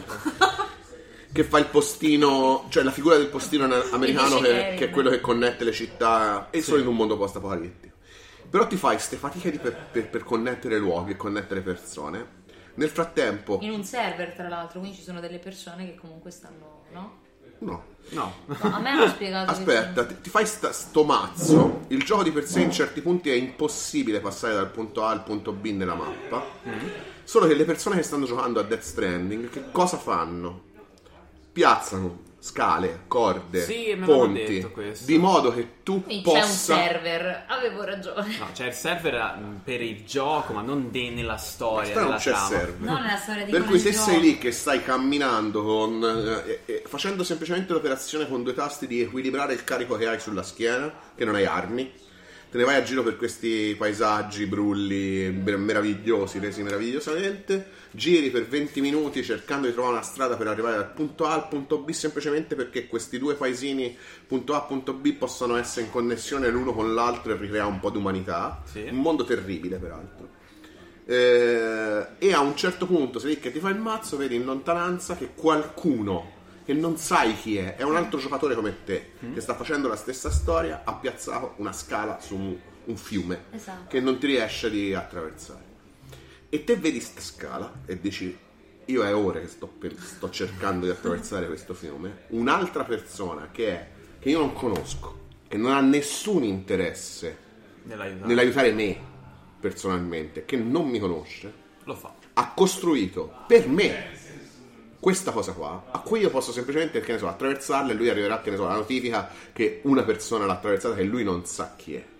Che fa il postino, cioè la figura del postino americano che è quello che connette le città e solo in un mondo post-apocalittico. Però ti fai ste fatiche per connettere luoghi e connettere persone. Nel frattempo in un server, tra l'altro, quindi ci sono delle persone che comunque stanno, no? No. A me hanno spiegato. Aspetta, ti fai sto mazzo. Il gioco di per sé in certi punti è impossibile passare dal punto A al punto B nella mappa. Solo che le persone che stanno giocando a Death Stranding che cosa fanno? Piazzano scale, corde, ponti, di modo che tu possa... C'è un server, avevo ragione. No, c'è il server per il gioco, ma non nella storia. Non c'è trama. server. Non nella storia di per cui se gioco. sei lì che stai camminando facendo semplicemente l'operazione con 2 tasti di equilibrare il carico che hai sulla schiena, che non hai armi, te ne vai a giro per questi paesaggi brulli meravigliosi, resi meravigliosamente, giri per 20 minuti cercando di trovare una strada per arrivare dal punto A al punto B, semplicemente perché questi 2 paesini punto A punto B possono essere in connessione l'uno con l'altro e ricrea un po' di umanità. Sì. Un mondo terribile peraltro. E a un certo punto, se vedi che ti fa il mazzo, vedi in lontananza che qualcuno che non sai chi è un altro giocatore come te, che sta facendo la stessa storia, ha piazzato una scala su un fiume che non ti riesce di attraversare. E te vedi sta scala e dici: io è ore che sto cercando di attraversare questo fiume. Un'altra persona che io non conosco, che non ha nessun interesse nell'aiutare me personalmente, che non mi conosce, lo fa. Ha costruito per me questa cosa qua, a cui io posso semplicemente, che ne so, attraversarla, e lui arriverà, che ne so, la notifica che una persona l'ha attraversata che lui non sa chi è.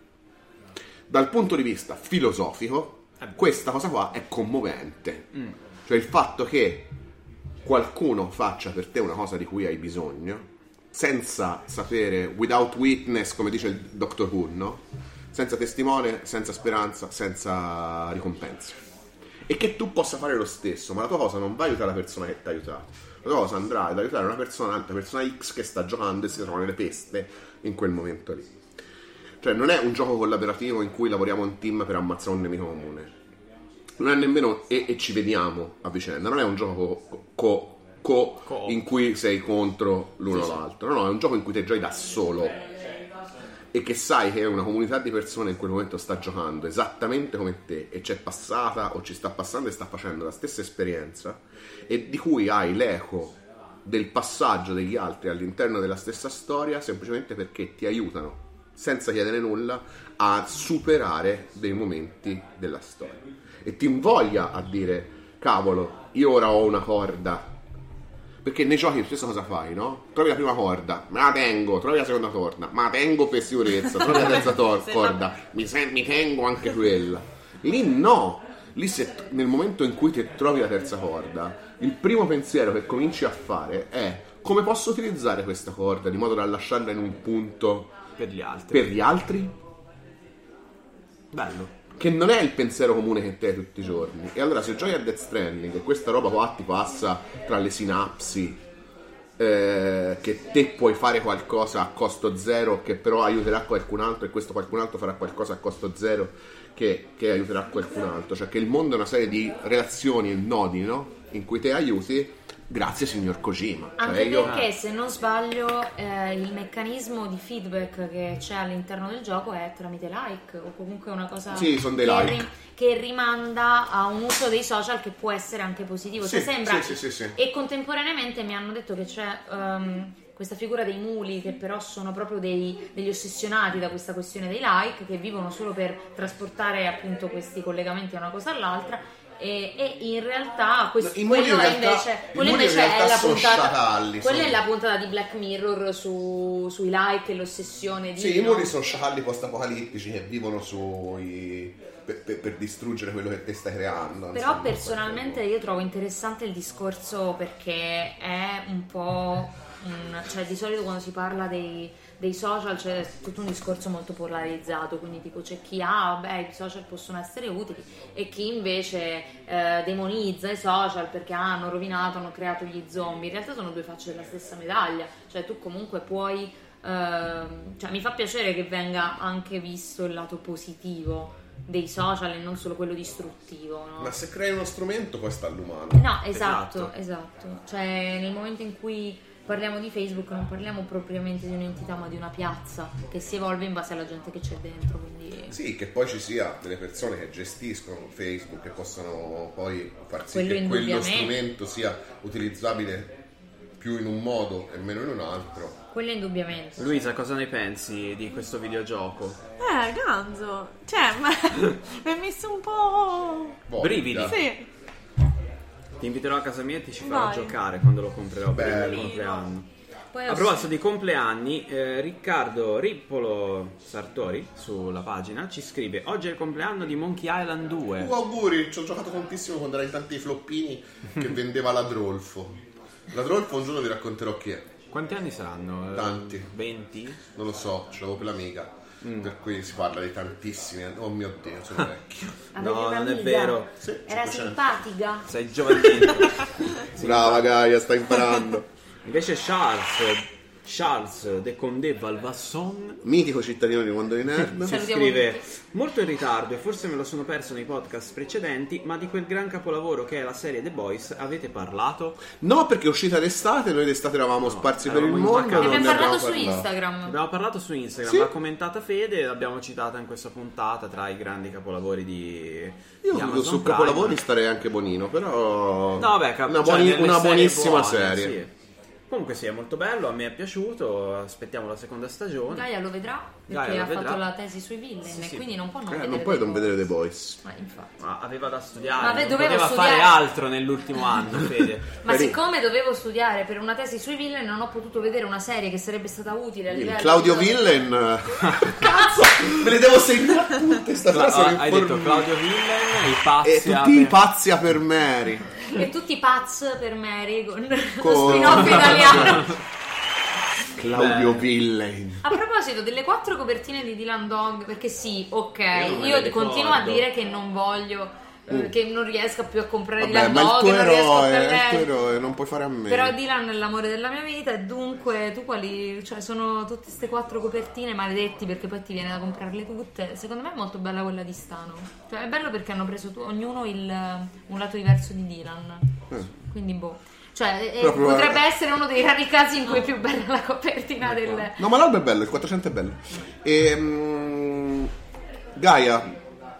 Dal punto di vista filosofico, questa cosa qua è commovente. Cioè il fatto che qualcuno faccia per te una cosa di cui hai bisogno, senza sapere, without witness, come dice il Doctor Who, no? Senza testimone, senza speranza, senza ricompense. E che tu possa fare lo stesso, ma la tua cosa non va a aiutare la persona che ti ha aiutato. La tua cosa andrà ad aiutare un'altra persona X che sta giocando e si trova nelle peste in quel momento lì. Cioè non è un gioco collaborativo in cui lavoriamo in team per ammazzare un nemico comune. Non è nemmeno e ci vediamo a vicenda. Non è un gioco in cui sei contro l'uno o l'altro. No, è un gioco in cui te giochi da solo. E che sai che una comunità di persone in quel momento sta giocando esattamente come te e c'è passata o ci sta passando e sta facendo la stessa esperienza, e di cui hai l'eco del passaggio degli altri all'interno della stessa storia, semplicemente perché ti aiutano senza chiedere nulla a superare dei momenti della storia e ti invoglia a dire: cavolo, io ora ho una corda. Perché nei giochi spesso cosa fai, no? Trovi la prima corda, me la tengo, trovi la seconda corda, ma la tengo per sicurezza, trovi la terza corda, mi tengo anche quella. Lì no, lì nel momento in cui ti trovi la terza corda, il primo pensiero che cominci a fare è: come posso utilizzare questa corda di modo da lasciarla in un punto per gli altri? Bello. Che non è il pensiero comune che te hai tutti i giorni. E allora se giochi a Death Stranding e questa roba qua ti passa tra le sinapsi, che te puoi fare qualcosa a costo zero che però aiuterà qualcun altro, e questo qualcun altro farà qualcosa a costo zero che aiuterà qualcun altro. Cioè che il mondo è una serie di relazioni e nodi, no? In cui te aiuti. Grazie signor Kojima. Anche perché se non sbaglio il meccanismo di feedback che c'è all'interno del gioco è tramite like, o comunque una cosa sono dei like. Che rimanda a un uso dei social che può essere anche positivo. Sì, sembra. Sì. E contemporaneamente mi hanno detto che c'è questa figura dei muli, che però sono proprio degli ossessionati da questa questione dei like, che vivono solo per trasportare appunto questi collegamenti da una cosa all'altra. E in realtà quello invece è la puntata, quella è la puntata di Black Mirror sui like e l'ossessione di, sì, i muli sono sciacalli post-apocalittici che vivono per distruggere quello che te stai creando. Però insomma, personalmente io trovo interessante il discorso, perché è un po' cioè di solito quando si parla dei social c'è tutto un discorso molto polarizzato, quindi tipo c'è chi i social possono essere utili, e chi invece demonizza i social perché hanno creato gli zombie. In realtà sono due facce della stessa medaglia, cioè tu comunque puoi cioè mi fa piacere che venga anche visto il lato positivo dei social e non solo quello distruttivo, no? Ma se crei uno strumento poi sta all'umano. No, esatto. Cioè nel momento in cui parliamo di Facebook non parliamo propriamente di un'entità, ma di una piazza che si evolve in base alla gente che c'è dentro, quindi sì, che poi ci sia delle persone che gestiscono Facebook, che possano poi far sì che quello strumento sia utilizzabile più in un modo e meno in un altro. Quello indubbiamente. Luisa, cosa ne pensi di questo videogioco? Ganzo, cioè mi è messo un po' brividi. Sì. Ti inviterò a casa mia e ti ci farò giocare quando lo comprerò per il mio compleanno. A proposito di compleanni, Riccardo Rippolo Sartori sulla pagina ci scrive: oggi è il compleanno di Monkey Island 2. Auguri, ci ho giocato tantissimo quando era in tanti floppini che vendeva Ladrolfo. Ladrolfo un giorno vi racconterò chi è. Quanti anni saranno? Tanti. 20? Non lo so, ce l'avevo per l'amica. Per cui si parla di tantissimi. Oh mio Dio, sono vecchio. No, non è vero. Sì, era simpatica. Sei giovanissimo. Brava Gaia, sta imparando. Invece Charles Charles de Condé Valvasson, mitico cittadino di Mondo di Nerd, ci scrive: molto in ritardo e forse me lo sono perso nei podcast precedenti, ma di quel gran capolavoro che è la serie The Boys avete parlato? No, perché è uscita d'estate, noi d'estate eravamo sparsi per il mondo. Ne abbiamo parlato su Instagram. Abbiamo parlato su Instagram, l'ha commentata Fede e l'abbiamo citata in questa puntata tra i grandi capolavori di Amazon su Prime. capolavori starei anche Bonino, però no, beh, una buonissima buone, serie. Sì. Comunque sì, è molto bello, a me è piaciuto, aspettiamo la seconda stagione. Gaia lo vedrà perché ha fatto la tesi sui villain e quindi non può non vedere. Non puoi non vedere The Boys. Infatti. Ma aveva da studiare, non doveva poteva fare altro nell'ultimo anno, Fede. Ma siccome dovevo studiare per una tesi sui villain non ho potuto vedere una serie che sarebbe stata utile a livello Claudio Villain. Cazzo, me le devo segnare tutte sta frase. Hai detto Claudio Villain, i pazzi tutti i pazzi per Mary. E tutti pazz per Mary con lo spin-off italiano. Claudio Villain. A proposito delle 4 copertine di Dylan Dog, perché sì, ok, io continuo a dire che non voglio che non riesca più a comprare Dylan Dog, il non riesco a il tuo eroe, non puoi fare a me. Però Dylan è l'amore della mia vita e dunque tu quali, cioè sono tutte queste 4 copertine maledetti perché poi ti viene da comprarle tutte. Secondo me è molto bella quella di Stano, cioè è bello perché hanno preso ognuno un lato diverso di Dylan, quindi cioè potrebbe essere uno dei rari casi in cui è più bella la copertina del... No, ma l'album è bello, il 400 è bello. E Gaia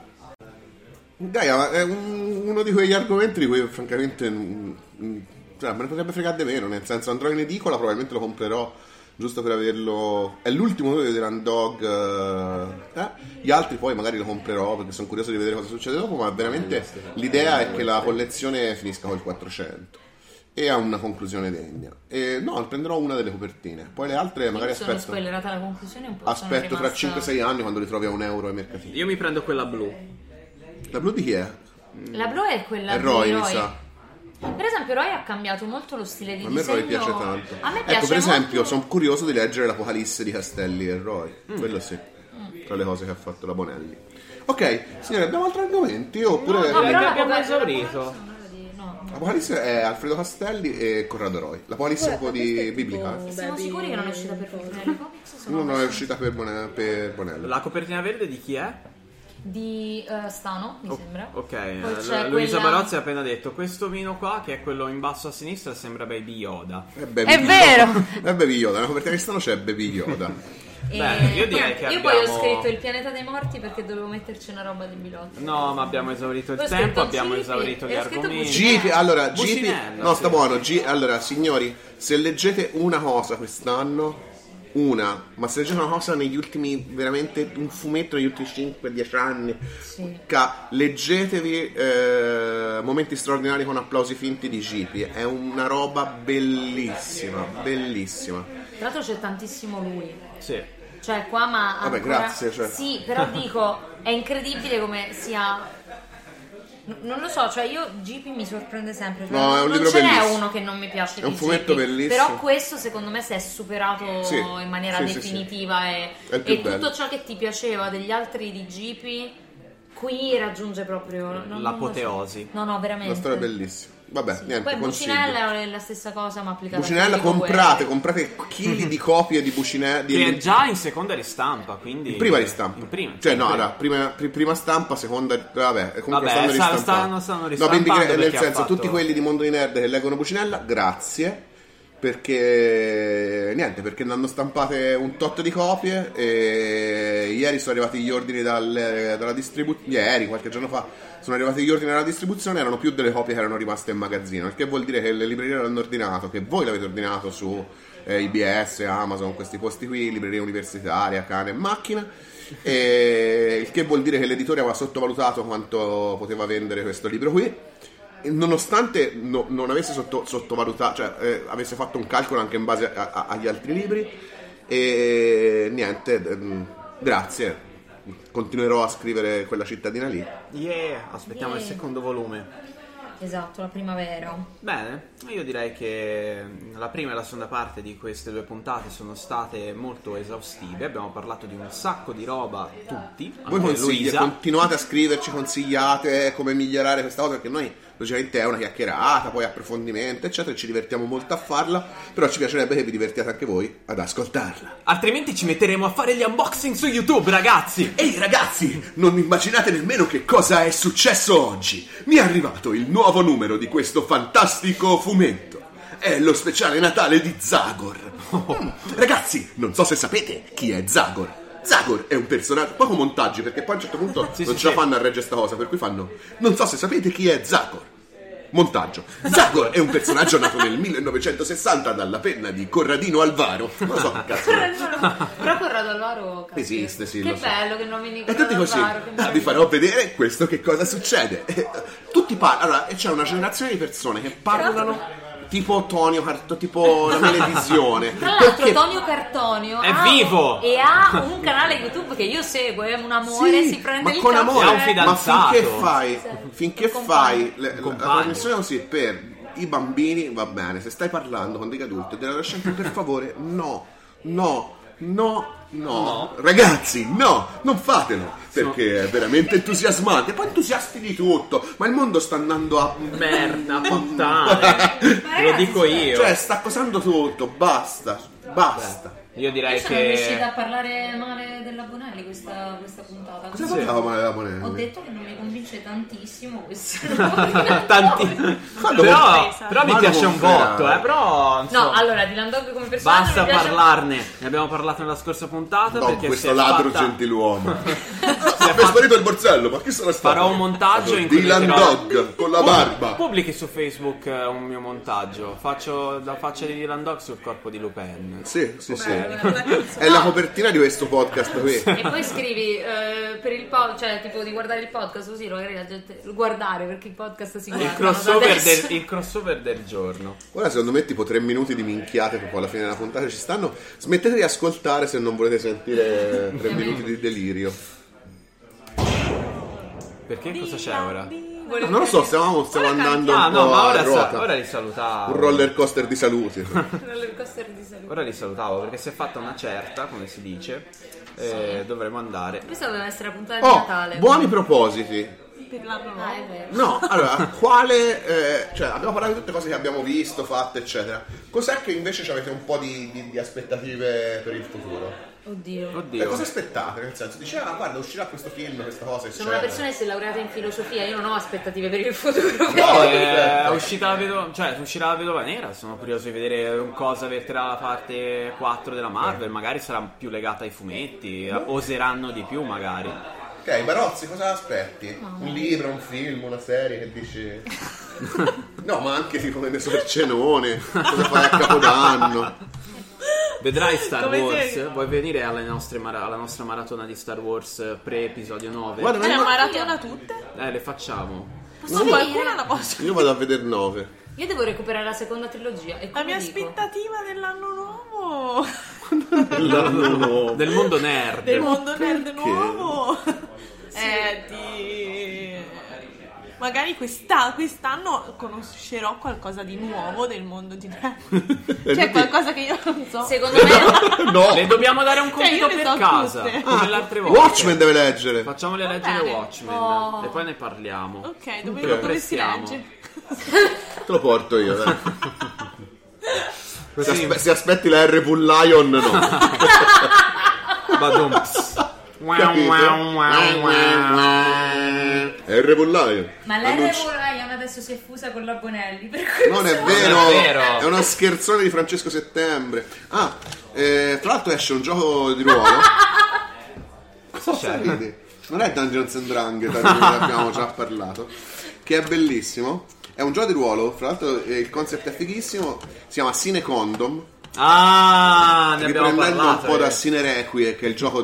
è uno di quegli argomenti di cui francamente me ne potrebbe fregare di meno, nel senso andrò in edicola, probabilmente lo comprerò giusto per averlo, è l'ultimo di Dylan Dog, gli altri poi magari lo comprerò perché sono curioso di vedere cosa succede dopo, ma veramente l'idea è che la collezione finisca col 400 e ha una conclusione degna. E no, prenderò una delle copertine, poi le altre magari sono spoilerata la conclusione un po'. Aspetto tra 5-6 anni quando li trovi a €1 ai mercatini. Io mi prendo quella blu. La blu di chi è? La blu è quella di Roy, mi sa. Per esempio Roy ha cambiato molto lo stile di disegno. A me Roy piace tanto. A me piace ecco, per esempio, molto... sono curioso di leggere l'Apocalisse di Castelli e Roy. Quello sì. Tra le cose che ha fatto la Bonelli. Ok, signore, abbiamo altri argomenti? Oppure no, però abbiamo esaurito. L'Apocalisse è Alfredo Castelli e Corrado Roy. L'Apocalisse è un po' di biblica. Siamo sicuri che non è uscita per Fortnelli Comics? Non è uscita per Bonelli. La copertina verde di chi è? Di Stano, mi sembra. Ok, Luisa Barozzi ha appena detto questo vino qua, che è quello in basso a sinistra, sembra Baby Yoda. È vero! È Baby Yoda, nella copertina di Stano c'è Baby Yoda. Io direi che poi ho scritto il pianeta dei morti perché dovevo metterci una roba di Bilotto. No, ma abbiamo esaurito il tempo, abbiamo esaurito gli argomenti. GP, no, sta buono. Allora, signori, se leggete una cosa quest'anno, ma se leggete una cosa negli ultimi, veramente un fumetto negli ultimi 5-10 anni, leggetevi Momenti straordinari con applausi finti di Gipi, è una roba bellissima, bellissima. Tra l'altro c'è tantissimo lui. Sì. Cioè qua ma vabbè, ancora... grazie, cioè. Sì, però dico, è incredibile come sia... Non lo so, cioè io GP mi sorprende sempre, cioè no, è un non libro ce bellissimo. n'è uno che non mi piace è un di fumetto GP, bellissimo, però questo secondo me si è superato in maniera definitiva e tutto ciò che ti piaceva degli altri di GP qui raggiunge proprio l'apoteosi. No, veramente la storia è bellissima. Vabbè, niente, poi Bucinella è la stessa cosa ma applicata Bucinella, comprate chili di copie di Bucinella che è già in seconda ristampa, quindi in prima ristampa, prima stampa, seconda, vabbè, comunque stanno ristampando, nel senso tutti quelli di Mondo di Nerd che leggono Bucinella, grazie, perché ne hanno stampate un tot di copie e ieri sono arrivati gli ordini dalla distribuzione, qualche giorno fa sono arrivati gli ordini dalla distribuzione, erano più delle copie che erano rimaste in magazzino, il che vuol dire che le librerie l'hanno ordinato, che voi l'avete ordinato su IBS, Amazon, questi posti qui, libreria universitaria, cane e macchina, il che vuol dire che l'editore aveva sottovalutato quanto poteva vendere questo libro qui, nonostante non avesse sottovalutato, cioè avesse fatto un calcolo anche in base agli altri libri, e grazie. Continuerò a scrivere quella cittadina lì. Aspettiamo il secondo volume. Esatto, la primavera. Bene, io direi che la prima e la seconda parte di queste 2 puntate sono state molto esaustive. Abbiamo parlato di un sacco di roba tutti. Voi continuate a scriverci, consigliate come migliorare questa cosa, perché noi logicamente è una chiacchierata, poi approfondimento, eccetera, ci divertiamo molto a farla, però ci piacerebbe che vi divertiate anche voi ad ascoltarla. Altrimenti ci metteremo a fare gli unboxing su YouTube, ragazzi! Ehi ragazzi, non immaginate nemmeno che cosa è successo oggi. Mi è arrivato il nuovo numero di questo fantastico fumetto. È lo speciale Natale di Zagor. Ragazzi, non so se sapete chi è Zagor. Zagor è un personaggio, poco montaggi, perché poi a un certo punto non ce la fanno a reggere sta cosa, per cui fanno, non so se sapete chi è Zagor. Montaggio. Zagor è un personaggio nato nel 1960 dalla penna di Corradino Alvaro. Non lo so che cazzo è. Però Corrado Alvaro esiste, sì. Che bello che nomini E tutti così. Vi farò vedere questo che cosa succede. Tutti parlano. Allora, c'è una generazione di persone che parlano tipo Tonio, tipo la televisione. Tra l'altro Tonio Cartonio è vivo e ha un canale YouTube che io seguo, è un amore, si prende ma il con caffè. amore, è un fidanzato. Ma finché fai la trasmissione così per i bambini va bene, se stai parlando con degli adulti e degli adolescenti, per favore no, ragazzi, no, non fatelo, perché è veramente entusiasmante, poi entusiasti di tutto, ma il mondo sta andando a merda, puttane. Lo dico io. Cioè sta cosando tutto, basta. Io direi sono riuscita a parlare male della Bonelli questa puntata. Cosa parlavo male della Bonelli? Ho detto che non mi convince tantissimo questo. però mi piace un botto, però no, allora Dylan Dog come personaggio basta mi piace... parlarne. Ne abbiamo parlato nella scorsa puntata, no, perché questo ladro gentiluomo. è sparito il borsello, ma chi sarà stato? Farò un montaggio in cui Dylan Dog con la barba. Pubblichi su Facebook un mio montaggio. Faccio la faccia di Dylan Dog sul corpo di Lupin. Sì. È la copertina di questo podcast qui. E poi scrivi per il podcast, cioè tipo di guardare il podcast, così magari la gente lo guardare, perché il podcast si guarda. Il crossover del giorno. Ora secondo me tipo 3 minuti di minchiate proprio alla fine della puntata ci stanno. Smettete di ascoltare se non volete sentire 3 minuti di delirio. Perché cosa c'è ora? Non lo so, stiamo andando un po' ma ora li salutavo. Un roller coaster di saluti. Ora li salutavo perché si è fatta una certa, come si dice, dovremo andare. Questa doveva essere la puntata di Natale. Buoni propositi. Per l'anno nuovo. È vero. No, allora, quale... cioè, abbiamo parlato di tutte cose che abbiamo visto, fatte, eccetera. Cos'è che invece avete un po' di aspettative per il futuro? Oddio. Cosa aspettate? Nel senso, dice, guarda, uscirà questo film, questa cosa, eccetera. Sono una persona che si è laureata in filosofia, io non ho aspettative per il futuro. No, è uscita la Vedova Nera, sono curioso di vedere cosa verterà la parte 4 della Marvel, magari sarà più legata ai fumetti, oseranno di più magari. Ok, Barozzi, cosa aspetti? Un libro, un film, una serie che dici... No, ma anche tipo ne so, il cenone, cosa fai a Capodanno. Vedrai Star Wars? Vuoi venire alla nostra maratona di Star Wars pre-episodio 9? Guarda, la maratona tutte? Le facciamo. Posso Qualcuno la posso. Io vado a vedere 9. Io devo recuperare la seconda trilogia. E La mia aspettativa dell'anno nuovo. Del mondo nerd. Del mondo nerd nuovo. Magari quest'anno conoscerò qualcosa di nuovo del mondo di nerd. Cioè qualcosa che io non so. Secondo me No. Le dobbiamo dare un compito io ne per so casa, tutte. come le altre volte. Watchmen deve leggere. Facciamole leggere bene. Watchmen e poi ne parliamo. Ok, Lo dove si prestiamo. legge? Te lo porto io, dai. Se aspetti la R Pull Lion, no. Badumps. R Pull Lion. ma l'R Ryan adesso si è fusa con la Bonelli, per cui Non è Non vero, è vero. è uno scherzone di Francesco Settembre. Tra l'altro esce un gioco di ruolo. Cosa c'è? Vedi? Non è Dungeons and Dragons, di cui abbiamo già parlato, che è bellissimo. È un gioco di ruolo, fra l'altro il concept è fighissimo, si chiama Sine Condom. Ne abbiamo Riprendendo parlato. un po' da Sine Requie, che è il gioco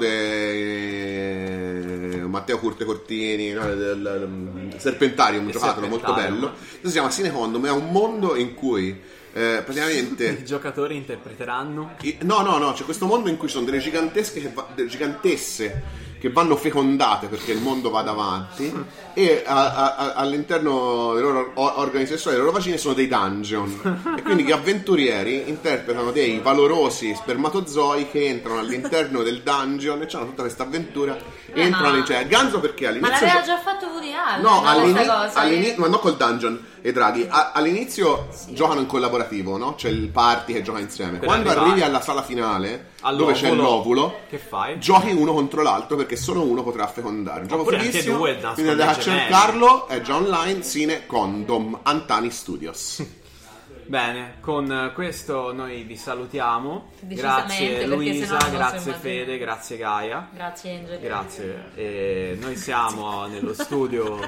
di Matteo Curte Cortini, no? Del Serpentarium, Il giocatelo, molto Serpentarium. bello. Questo si chiama Sine Condom, è un mondo in cui praticamente I giocatori interpreteranno. no, c'è questo mondo in cui ci sono delle gigantesse che vanno fecondate perché il mondo vada avanti, e all'interno dei loro organi sessuali, le loro vagine sono dei dungeon, e quindi gli avventurieri interpretano dei valorosi spermatozoi che entrano all'interno del dungeon e hanno tutta questa avventura. Entrano Ganzo perché all'inizio... Ma l'aveva già fatto Woody Allen? No, all'inizio, ma non col dungeon e Draghi. All'inizio giocano in collaborativo, no? C'è il party che gioca insieme. Quando arrivi alla sala finale, dove c'è l'ovulo, che fai? Giochi uno contro l'altro perché solo uno potrà fecondare. Un gioco fighissimo. Quindi andate a cercarlo, è già online, Sine Condom, Antani Studios. Bene, con questo noi vi salutiamo. Grazie Luisa, grazie Fede, grazie Gaia. Grazie Angel. Grazie. E noi siamo nello studio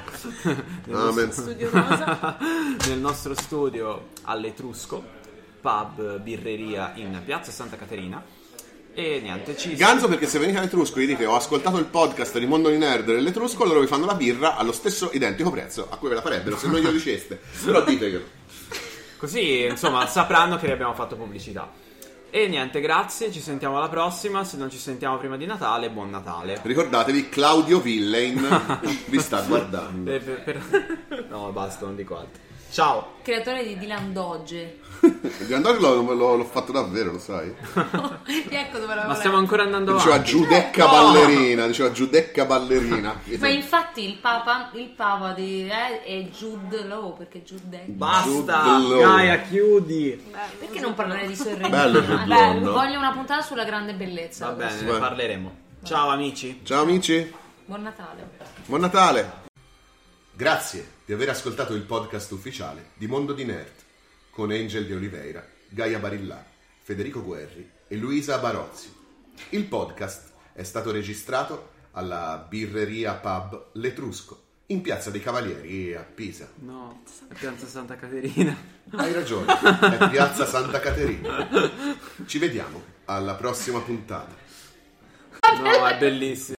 nel nostro studio all'Etrusco, pub birreria in Piazza Santa Caterina. E niente, Ganzo, perché se venite all'Etrusco e gli dite ho ascoltato il podcast di Mondo di Nerd dell'Etrusco, loro vi fanno la birra allo stesso identico prezzo a cui ve la farebbero se non glielo diceste. Però diteglielo. Così, insomma, sapranno che abbiamo fatto pubblicità. E niente, grazie, ci sentiamo alla prossima. Se non ci sentiamo prima di Natale, buon Natale. Ricordatevi, Claudio Villain vi sta guardando. No, basta, non dico altro. Ciao. Creatore di Dylan Dodge. Dylan Dodge l'ho fatto davvero, lo sai? Ecco dove l'avevo Ma stiamo ancora andando avanti. Diceva Giudecca ballerina. Ma infatti il papa è Jude Law, perché Jude Basta, Gaia, chiudi. Perché non parlare di Sorrento? Bello Jude Law, no? Voglio una puntata sulla grande bellezza. Va bene, ne parleremo. Ciao amici. Ciao amici. Buon Natale. Buon Natale. Grazie di aver ascoltato il podcast ufficiale di Mondo di Nerd con Angel de Oliveira, Gaia Barillà, Federico Guerri e Luisa Barozzi. Il podcast è stato registrato alla birreria pub L'Etrusco in Piazza dei Cavalieri a Pisa. No, è Piazza Santa Caterina. Hai ragione, è Piazza Santa Caterina. Ci vediamo alla prossima puntata. No, è bellissimo.